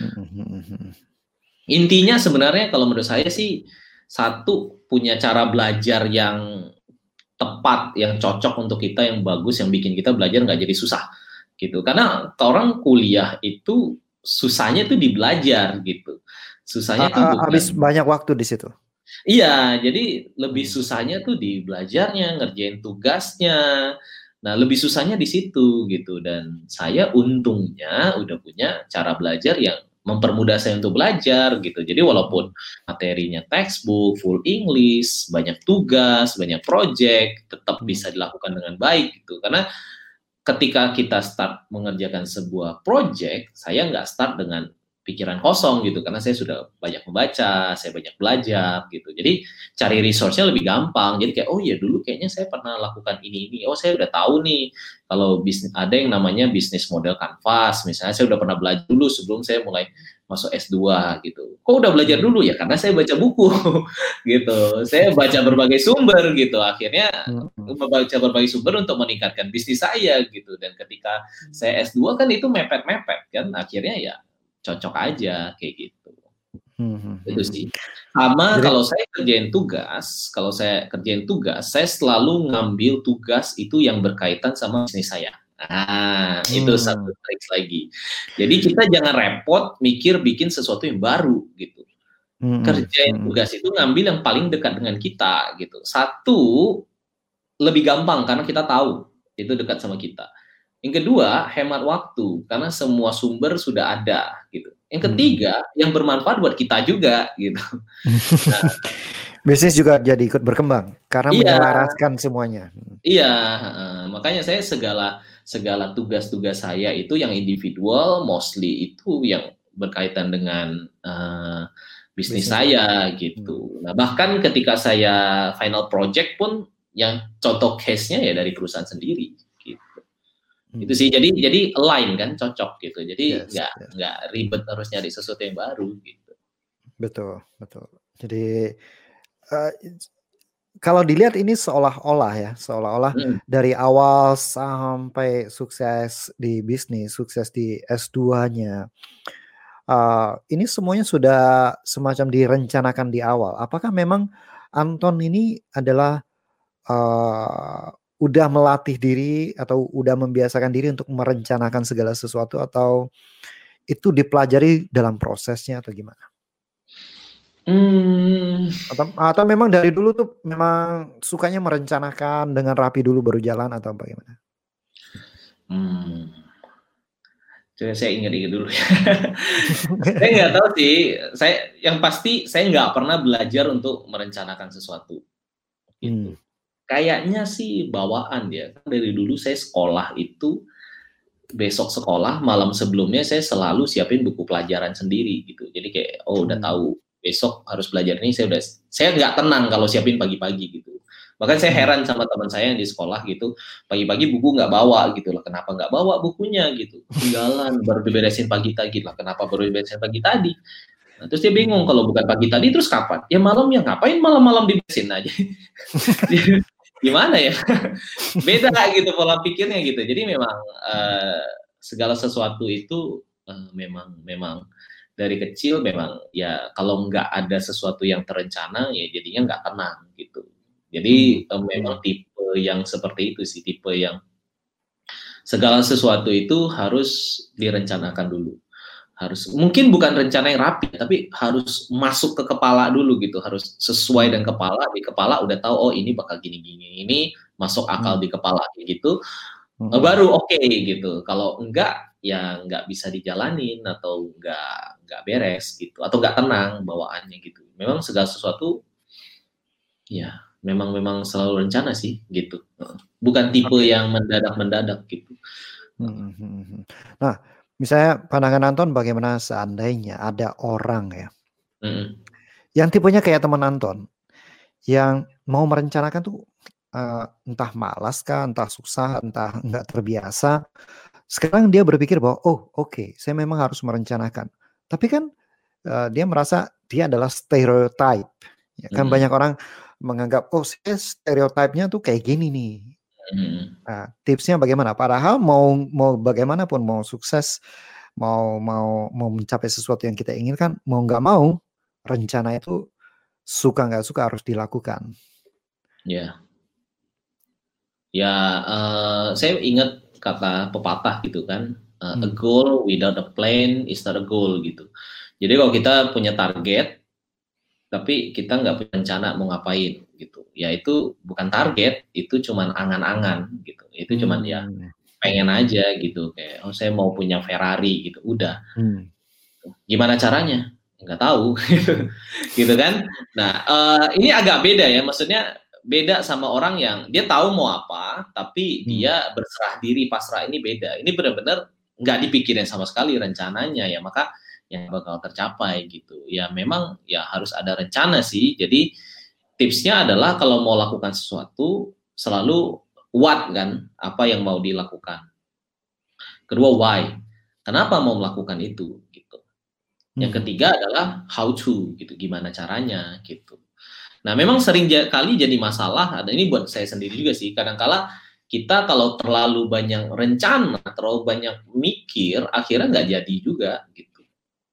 Intinya sebenarnya kalau menurut saya sih, satu, punya cara belajar yang tepat, yang cocok untuk kita, yang bagus, yang bikin kita belajar nggak jadi susah gitu. Karena orang kuliah itu susahnya tuh di belajar gitu. Susahnya tuh bukan, habis banyak waktu di situ. Iya, jadi lebih susahnya tuh di belajarnya, ngerjain tugasnya. Nah, lebih susahnya di situ gitu. Dan saya untungnya udah punya cara belajar yang mempermudah saya untuk belajar gitu. Jadi walaupun materinya textbook, full English, banyak tugas, banyak project, tetap bisa dilakukan dengan baik gitu. Karena ketika kita start mengerjakan sebuah project, saya nggak start dengan pikiran kosong gitu, karena saya sudah banyak membaca, saya banyak belajar gitu. Jadi cari resource-nya lebih gampang. Jadi kayak, oh ya dulu kayaknya saya pernah lakukan ini ini. Oh saya udah tahu nih kalau bisnis ada yang namanya bisnis model kanvas. Misalnya saya udah pernah belajar dulu sebelum saya mulai masuk S dua gitu. Kok udah belajar dulu ya? Karena saya baca buku gitu. Saya baca berbagai sumber gitu. Akhirnya membaca berbagai sumber untuk meningkatkan bisnis saya gitu. Dan ketika saya S dua kan itu mepet-mepet kan. Akhirnya ya cocok aja kayak gitu. Hmm. Itu sih. Sama Jadi- kalau saya kerjain tugas, kalau saya kerjain tugas, saya selalu ngambil tugas itu yang berkaitan sama bisnis saya. Nah, itu Hmm. satu trik lagi. Jadi kita jangan repot mikir bikin sesuatu yang baru gitu. Hmm. Kerjain Hmm. tugas itu ngambil yang paling dekat dengan kita gitu. Satu, lebih gampang karena kita tahu itu dekat sama kita. Yang kedua, hemat waktu karena semua sumber sudah ada gitu. Yang ketiga, hmm. yang bermanfaat buat kita juga gitu. Nah, bisnis juga jadi ikut berkembang karena iya, menyelaraskan semuanya. Iya, uh, makanya saya segala segala tugas-tugas saya itu yang individual, mostly itu yang berkaitan dengan uh, bisnis, bisnis saya gitu. Hmm. Nah, bahkan ketika saya final project pun yang contoh case-nya ya dari perusahaan sendiri. Hmm. Itu sih, jadi jadi align kan, cocok gitu. Jadi nggak yes, yes. nggak ribet harus nyari sesuatu yang baru gitu. Betul, betul. Jadi uh, kalau dilihat ini seolah-olah ya, seolah-olah hmm. dari awal sampai sukses di bisnis, sukses di S dua-nya, uh, ini semuanya sudah semacam direncanakan di awal. Apakah memang Anton ini adalah uh, udah melatih diri atau udah membiasakan diri untuk merencanakan segala sesuatu, atau itu dipelajari dalam prosesnya atau gimana? Hmm. Atau, atau memang dari dulu tuh memang sukanya merencanakan dengan rapi dulu baru jalan atau bagaimana? Hmm. Coba saya ingat-ingat dulu ya. Saya nggak tahu sih. Saya yang pasti saya nggak pernah belajar untuk merencanakan sesuatu. Gitu. Hmm. Kayaknya sih bawaan ya. Dari dulu saya sekolah itu, besok sekolah, malam sebelumnya saya selalu siapin buku pelajaran sendiri gitu. Jadi kayak, oh udah tahu besok harus belajar ini, saya udah, saya nggak tenang kalau siapin pagi-pagi gitu. Bahkan saya heran sama teman saya yang di sekolah gitu, pagi-pagi buku nggak bawa gitu lah. Kenapa nggak bawa bukunya gitu? Ketinggalan, baru diberesin pagi tadi lah. Kenapa baru diberesin pagi tadi? Nah, terus dia bingung, kalau bukan pagi tadi terus kapan? Ya malam, ya ngapain malam-malam diberesin aja? Gimana ya, beda gitu pola pikirnya gitu. Jadi memang uh, segala sesuatu itu uh, memang memang dari kecil memang ya kalau nggak ada sesuatu yang terencana ya jadinya nggak tenang gitu. Jadi hmm. uh, memang tipe yang seperti itu sih, tipe yang segala sesuatu itu harus direncanakan dulu. Harus, mungkin bukan rencana yang rapi, tapi harus masuk ke kepala dulu gitu, harus sesuai dengan kepala, di kepala udah tahu, oh ini bakal gini-gini, ini masuk akal hmm. di kepala gitu, hmm. baru oke okay, gitu. Kalau enggak, ya enggak bisa dijalanin atau enggak enggak beres gitu, atau enggak tenang bawaannya gitu. Memang segala sesuatu, ya memang memang selalu rencana sih gitu, bukan tipe okay. yang mendadak-mendadak gitu. Hmm. Nah, misalnya pandangan Anton bagaimana seandainya ada orang ya mm. yang tipenya kayak teman Anton yang mau merencanakan tuh uh, entah malas kah, entah susah, entah nggak terbiasa. Sekarang dia berpikir bahwa oh oke okay, saya memang harus merencanakan. Tapi kan uh, dia merasa dia adalah stereotype. Ya, kan mm. banyak orang menganggap oh saya stereotipnya tuh kayak gini nih. Hmm. Nah, tipsnya bagaimana? Padahal mau mau bagaimanapun, mau sukses, mau mau mau mencapai sesuatu yang kita inginkan, mau nggak mau rencana itu suka nggak suka harus dilakukan. Ya, ya uh, saya ingat kata pepatah gitu kan, uh, hmm. a goal without a plan is not a goal gitu. Jadi kalau kita punya target, tapi kita nggak punya rencana mau ngapain gitu, ya itu bukan target, itu cuman angan-angan gitu, itu cuman hmm. ya pengen aja gitu, kayak oh saya mau punya Ferrari gitu, udah hmm. gimana caranya nggak tahu gitu, gitu kan. Nah uh, ini agak beda ya, maksudnya beda sama orang yang dia tahu mau apa tapi hmm. dia berserah diri pasrah, ini beda. Ini benar-benar nggak dipikirin sama sekali rencananya ya, maka yang bakal tercapai gitu. Ya memang ya harus ada rencana sih. Jadi tipsnya adalah kalau mau lakukan sesuatu selalu what kan, apa yang mau dilakukan. Kedua why, kenapa mau melakukan itu gitu. Yang hmm. ketiga adalah how to gitu, gimana caranya gitu. Nah memang sering kali jadi masalah, dan ini buat saya sendiri juga sih, kadang-kala kita kalau terlalu banyak rencana, terlalu banyak mikir, akhirnya nggak jadi juga gitu.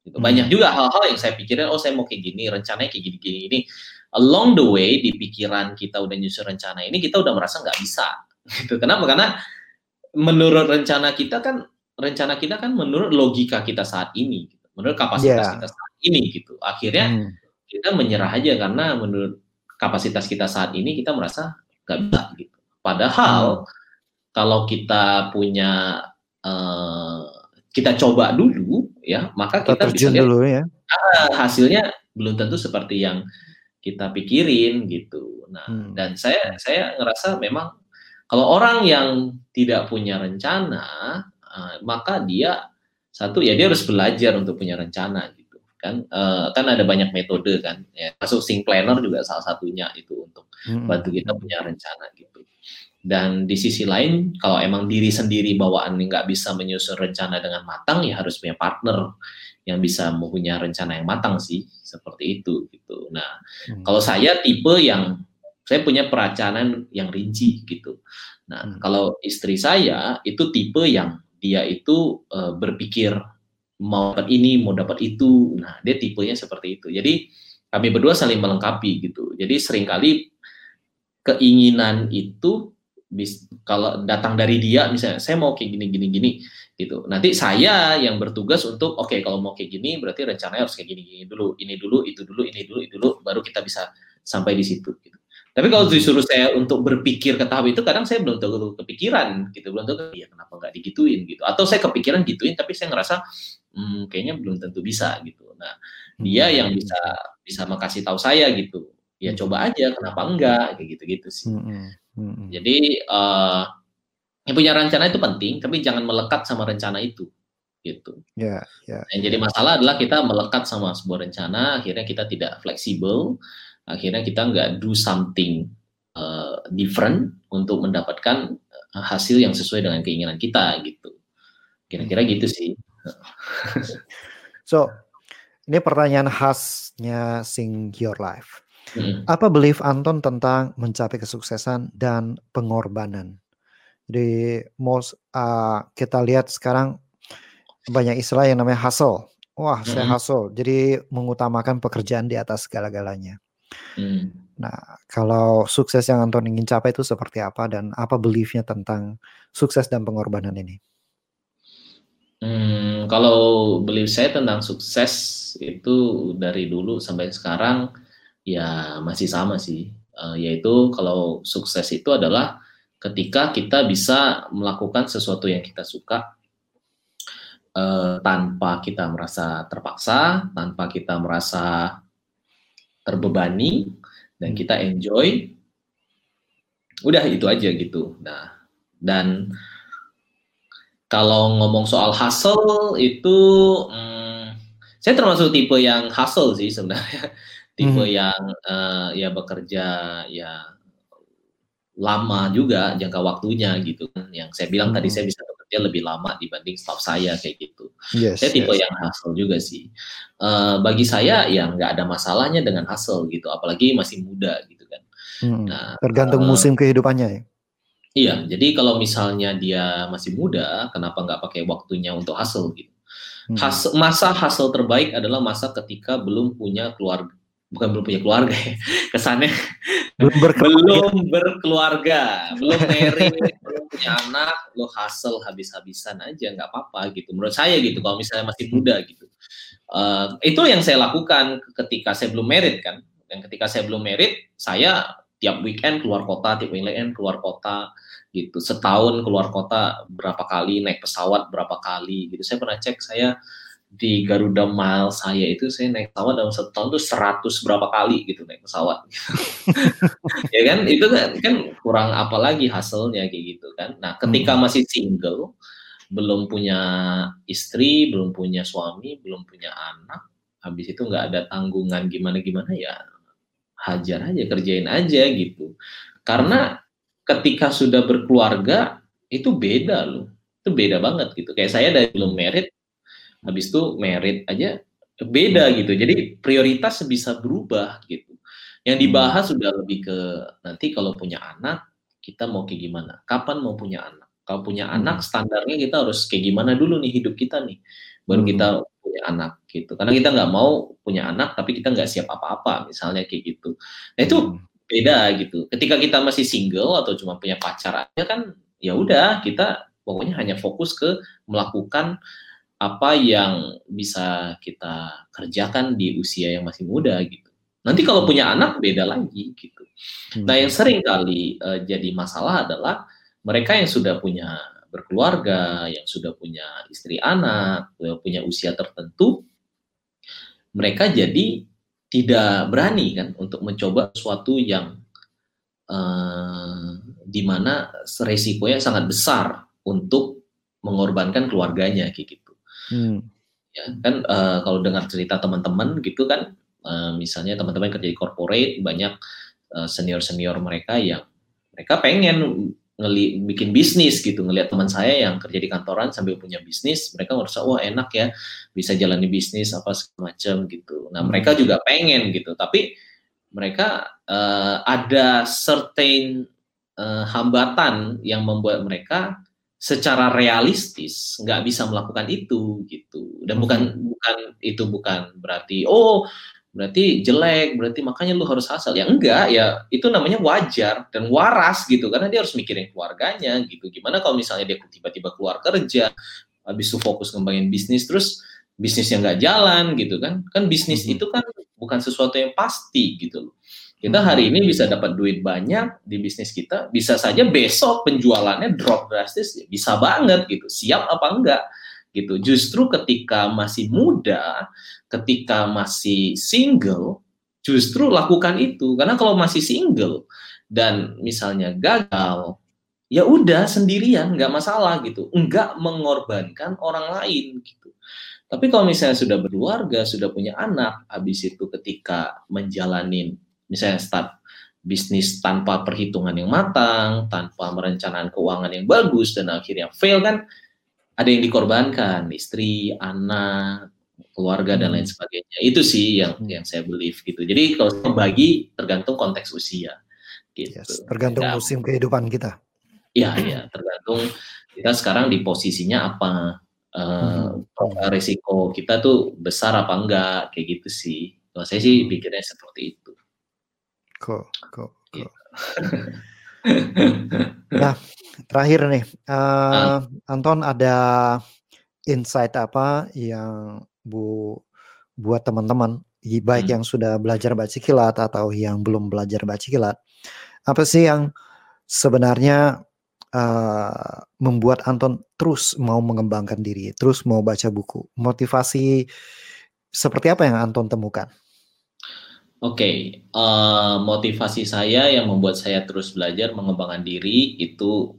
Gitu. Banyak juga hal-hal yang saya pikirin, oh saya mau kayak gini, rencananya kayak gini-gini ini. Along the way di pikiran kita udah nyusun rencana ini, kita udah merasa nggak bisa. Gitu. Kenapa? Karena menurut rencana kita kan, rencana kita kan menurut logika kita saat ini, gitu. Menurut kapasitas Yeah. kita saat ini, gitu. Akhirnya hmm. kita menyerah aja karena menurut kapasitas kita saat ini kita merasa nggak bisa, gitu. Padahal hmm. kalau kita punya uh, kita coba dulu, ya, maka kita bisa lihat dulu, ya. ah, hasilnya belum tentu seperti yang kita pikirin, gitu. Nah, hmm. dan saya saya ngerasa memang kalau orang yang tidak punya rencana, uh, maka dia satu ya dia harus belajar untuk punya rencana, gitu kan. Uh, kan ada banyak metode kan, ya. Masuk Think Planner juga salah satunya itu untuk hmm. bantu kita punya rencana, gitu. Dan di sisi lain, kalau emang diri sendiri bawaan nggak bisa menyusun rencana dengan matang, ya harus punya partner yang bisa mempunyai rencana yang matang sih, seperti itu, gitu. Nah, hmm. kalau saya tipe yang saya punya perencanaan yang rinci, gitu. Nah, hmm. kalau istri saya itu tipe yang dia itu uh, berpikir mau dapat ini, mau dapat itu. Nah, dia tipenya seperti itu. Jadi kami berdua saling melengkapi, gitu. Jadi seringkali keinginan itu bis, kalau datang dari dia, misalnya saya mau kayak gini gini gini gitu. Nanti saya yang bertugas untuk oke okay, kalau mau kayak gini berarti rencananya harus kayak gini gini dulu, ini dulu, itu dulu, ini dulu, itu dulu, baru kita bisa sampai di situ, gitu. Tapi kalau disuruh saya untuk berpikir ke tahap itu, kadang saya belum tentu kepikiran, gitu, belum tentu ya kenapa nggak digituin, gitu. Atau saya kepikiran gituin, tapi saya ngerasa hmm, kayaknya belum tentu bisa, gitu. Nah, dia yang bisa bisa makasih tahu saya, gitu. Ya coba aja, kenapa enggak, kayak gitu-gitu sih. Hmm. Jadi uh, yang punya rencana itu penting, tapi jangan melekat sama rencana itu, gitu. Yeah, yeah, yang jadi masalah adalah kita melekat sama sebuah rencana, akhirnya kita tidak fleksibel, akhirnya kita nggak do something uh, different untuk mendapatkan hasil yang sesuai dengan keinginan kita, gitu. Kira-kira gitu sih. So, ini pertanyaan khasnya Sing Your Life. Hmm. Apa belief Anton tentang mencapai kesuksesan dan pengorbanan? Jadi most uh, kita lihat sekarang banyak istilah yang namanya hustle. Wah, hmm. saya hustle. Jadi mengutamakan pekerjaan di atas segala-galanya. Hmm. Nah, kalau sukses yang Anton ingin capai itu seperti apa dan apa beliefnya tentang sukses dan pengorbanan ini? Hmm, kalau belief saya tentang sukses itu dari dulu sampai sekarang ya masih sama sih, uh, yaitu kalau sukses itu adalah ketika kita bisa melakukan sesuatu yang kita suka uh, tanpa kita merasa terpaksa, tanpa kita merasa terbebani, dan kita enjoy, udah itu aja gitu. Nah, dan kalau ngomong soal hustle itu, hmm, saya termasuk tipe yang hustle sih sebenarnya. Tipe hmm. yang uh, ya bekerja ya lama juga jangka waktunya gitu kan. Yang saya bilang hmm. tadi saya bisa bekerja lebih lama dibanding staff saya kayak gitu. Yes, saya tipe yes. yang hustle juga sih. Uh, bagi saya yang nggak ada masalahnya dengan hustle gitu, apalagi masih muda gitu kan. Hmm. Nah, tergantung uh, musim kehidupannya ya. Iya, jadi kalau misalnya dia masih muda, kenapa nggak pakai waktunya untuk hustle gitu? Hmm. Hustle, masa hustle terbaik adalah masa ketika belum punya keluarga. Bukan belum punya keluarga ya, kesannya belum berkeluarga, belum, berkeluarga, belum married, belum punya anak, lo hustle habis-habisan aja, nggak apa-apa gitu. Menurut saya gitu, kalau misalnya masih muda gitu. Uh, itu yang saya lakukan ketika saya belum married kan. Dan ketika saya belum married, saya tiap weekend keluar kota, tiap weekend keluar kota gitu. Setahun keluar kota berapa kali, naik pesawat berapa kali gitu. Saya pernah cek, saya di Garuda Miles saya itu saya naik pesawat dalam satu tahun tuh seratus berapa kali gitu naik pesawat. Ya kan, itu kan, kan kurang apa lagi hasilnya kayak gitu kan. Nah, ketika masih single, belum punya istri, belum punya suami, belum punya anak, habis itu nggak ada tanggungan gimana-gimana ya hajar aja, kerjain aja gitu. Karena ketika sudah berkeluarga itu beda loh. Itu beda banget gitu. Kayak saya dari belum married, habis itu married aja beda gitu. Jadi prioritas bisa berubah gitu. Yang dibahas sudah lebih ke nanti kalau punya anak kita mau kayak gimana? Kapan mau punya anak? Kalau punya anak standarnya kita harus kayak gimana dulu nih hidup kita nih. Baru kita punya anak gitu. Karena kita nggak mau punya anak tapi kita nggak siap apa-apa, misalnya kayak gitu. Nah itu Hmm. beda gitu. Ketika kita masih single atau cuma punya pacar aja kan, ya udah kita pokoknya hanya fokus ke melakukan apa yang bisa kita kerjakan di usia yang masih muda gitu. Nanti kalau punya anak beda lagi gitu. Nah yang sering kali uh, jadi masalah adalah mereka yang sudah punya berkeluarga, yang sudah punya istri anak, punya usia tertentu, mereka jadi tidak berani kan untuk mencoba sesuatu yang uh, di mana resikonya sangat besar untuk mengorbankan keluarganya kayak gitu. Hmm. Ya kan uh, kalau dengar cerita teman-teman gitu kan, uh, misalnya teman-teman kerja di corporate, banyak uh, senior-senior mereka yang mereka pengen ngeli bikin bisnis gitu, ngelihat teman saya yang kerja di kantoran sambil punya bisnis, mereka ngerasa wah enak ya bisa jalani bisnis apa segala macam gitu. Nah hmm. mereka juga pengen gitu, tapi mereka uh, ada certain uh, hambatan yang membuat mereka secara realistis nggak bisa melakukan itu gitu. Dan bukan hmm. bukan itu bukan berarti oh berarti jelek, berarti makanya lu harus hustle. Ya enggak, ya itu namanya wajar dan waras gitu, karena dia harus mikirin keluarganya gitu. Gimana kalau misalnya dia tiba-tiba keluar kerja, habis itu fokus ngembangin bisnis, terus bisnisnya nggak jalan gitu kan. Kan bisnis mm-hmm. itu kan bukan sesuatu yang pasti gitu loh. Kita hari ini bisa dapat duit banyak di bisnis kita, bisa saja besok penjualannya drop drastis, bisa banget gitu. Siap apa enggak? Gitu. Justru ketika masih muda, ketika masih single, justru lakukan itu. Karena kalau masih single dan misalnya gagal, ya udah sendirian, nggak masalah gitu. Nggak mengorbankan orang lain gitu. Tapi kalau misalnya sudah berkeluarga, sudah punya anak, habis itu ketika menjalanin, misalnya start bisnis tanpa perhitungan yang matang, tanpa merencanakan keuangan yang bagus, dan akhirnya fail kan, ada yang dikorbankan, istri, anak, keluarga, dan lain sebagainya. Itu sih yang hmm. yang saya believe gitu. Jadi kalau saya bagi tergantung konteks usia. Gitu. Yes, tergantung nah, musim kehidupan kita. Iya, iya. Tergantung kita sekarang di posisinya apa. Uh, hmm. Risiko kita tuh besar apa enggak, kayak gitu sih. Kalau saya sih pikirnya seperti itu. Kok, kok, kok. Nah, terakhir nih, uh, Anton ada insight apa yang bu buat teman-teman, baik hmm. yang sudah belajar bacikilat atau yang belum belajar bacikilat, apa sih yang sebenarnya uh, membuat Anton terus mau mengembangkan diri, terus mau baca buku, motivasi seperti apa yang Anton temukan? Oke, okay. uh, motivasi saya yang membuat saya terus belajar mengembangkan diri itu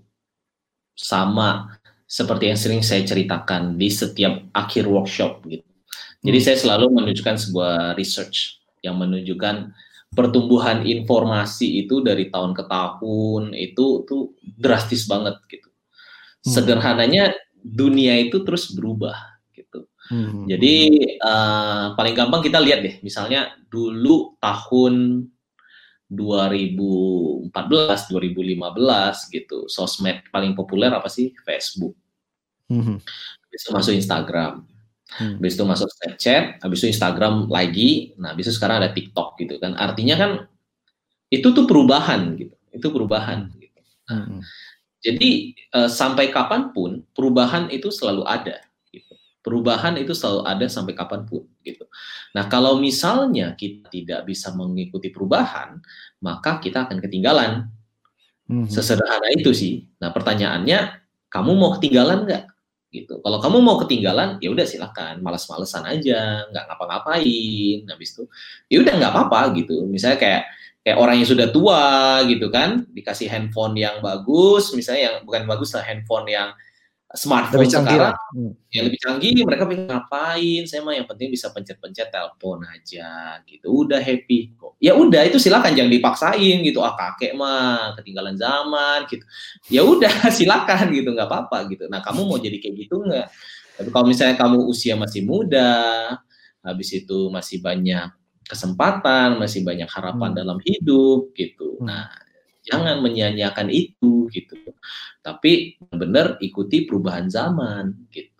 sama seperti yang sering saya ceritakan di setiap akhir workshop gitu. Jadi hmm. saya selalu menunjukkan sebuah research yang menunjukkan pertumbuhan informasi itu dari tahun ke tahun itu tuh drastis banget gitu. Hmm. Sederhananya dunia itu terus berubah gitu. Hmm. Jadi uh, paling gampang kita lihat deh, misalnya dulu tahun dua ribu empat belas, dua ribu lima belas gitu, sosmed paling populer apa sih? Facebook. Hmm. Habis itu masuk Instagram, hmm. habis itu masuk Snapchat, habis itu Instagram lagi, nah habis itu sekarang ada TikTok gitu kan. Artinya kan itu tuh perubahan gitu, itu perubahan gitu. Nah, hmm. jadi uh, sampai kapanpun perubahan itu selalu ada. Perubahan itu selalu ada sampai kapanpun gitu. Nah kalau misalnya kita tidak bisa mengikuti perubahan, maka kita akan ketinggalan. Mm-hmm. Sesederhana itu sih. Nah pertanyaannya, kamu mau ketinggalan nggak? Gitu. Kalau kamu mau ketinggalan, ya udah silakan, malas-malesan aja, nggak ngapa-ngapain. Habis itu, ya udah nggak apa-apa gitu. Misalnya kayak kayak orang yang sudah tua gitu kan, dikasih handphone yang bagus, misalnya yang bukan bagus lah, handphone yang smartphone lebih sekarang hmm. ya lebih canggih, mereka pengen ngapain, saya mah yang penting bisa pencet-pencet telepon aja gitu, udah happy kok. Ya udah itu silakan, jangan dipaksain gitu, ah kakek mah ketinggalan zaman gitu. Ya udah silakan gitu, nggak apa-apa gitu. Nah kamu mau jadi kayak gitu nggak? Tapi kalau misalnya kamu usia masih muda, habis itu masih banyak kesempatan, masih banyak harapan hmm. dalam hidup gitu. Hmm. Nah jangan menyia-nyiakan itu gitu. Tapi benar ikuti perubahan zaman gitu.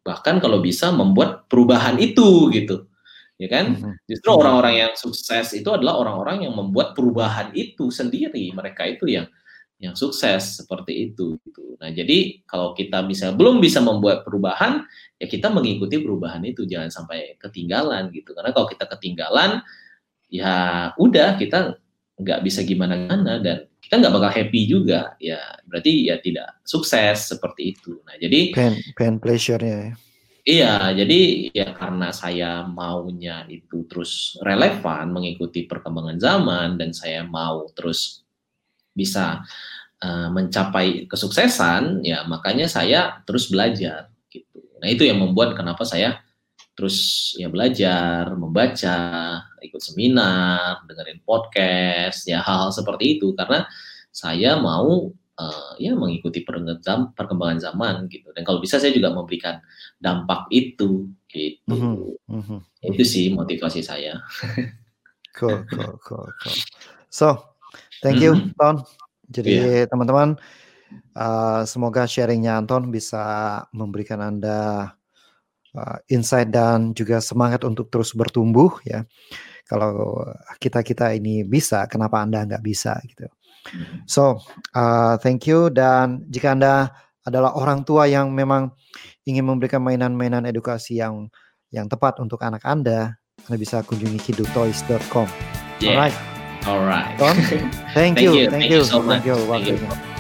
bahkan kalau bisa membuat perubahan itu gitu. Ya kan? Justru orang-orang yang sukses itu adalah orang-orang yang membuat perubahan itu sendiri. Mereka itu yang yang sukses seperti itu gitu. Nah, jadi kalau kita bisa belum bisa membuat perubahan, ya kita mengikuti perubahan itu, jangan sampai ketinggalan gitu. Karena kalau kita ketinggalan, ya udah kita nggak bisa gimana-gimana dan kita nggak bakal happy juga. Ya berarti ya tidak sukses seperti itu. Nah, jadi pain, pain pleasure-nya ya. Iya, jadi ya karena saya maunya itu terus relevan mengikuti perkembangan zaman dan saya mau terus bisa uh, mencapai kesuksesan, ya makanya saya terus belajar gitu. Nah, itu yang membuat kenapa saya terus ya belajar, membaca, ikut seminar, dengerin podcast, ya hal-hal seperti itu karena saya mau Uh, ya mengikuti perkembangan zaman gitu, dan kalau bisa saya juga memberikan dampak itu gitu. Mm-hmm. Mm-hmm. Itu sih motivasi saya. Cool, cool, cool, cool. So, thank you, mm-hmm. Ton. Jadi yeah. teman-teman, uh, semoga sharingnya Anton bisa memberikan Anda uh, insight dan juga semangat untuk terus bertumbuh ya. Kalau kita-kita ini bisa, kenapa Anda nggak bisa gitu. So, uh, thank you. Dan jika Anda adalah orang tua yang memang ingin memberikan mainan-mainan edukasi yang yang tepat untuk anak Anda, Anda bisa kunjungi kidu toys dot com. Yeah. Alright. Alright. Thank, thank you. you. Thank, thank you. you so much. Thank you. Thank you.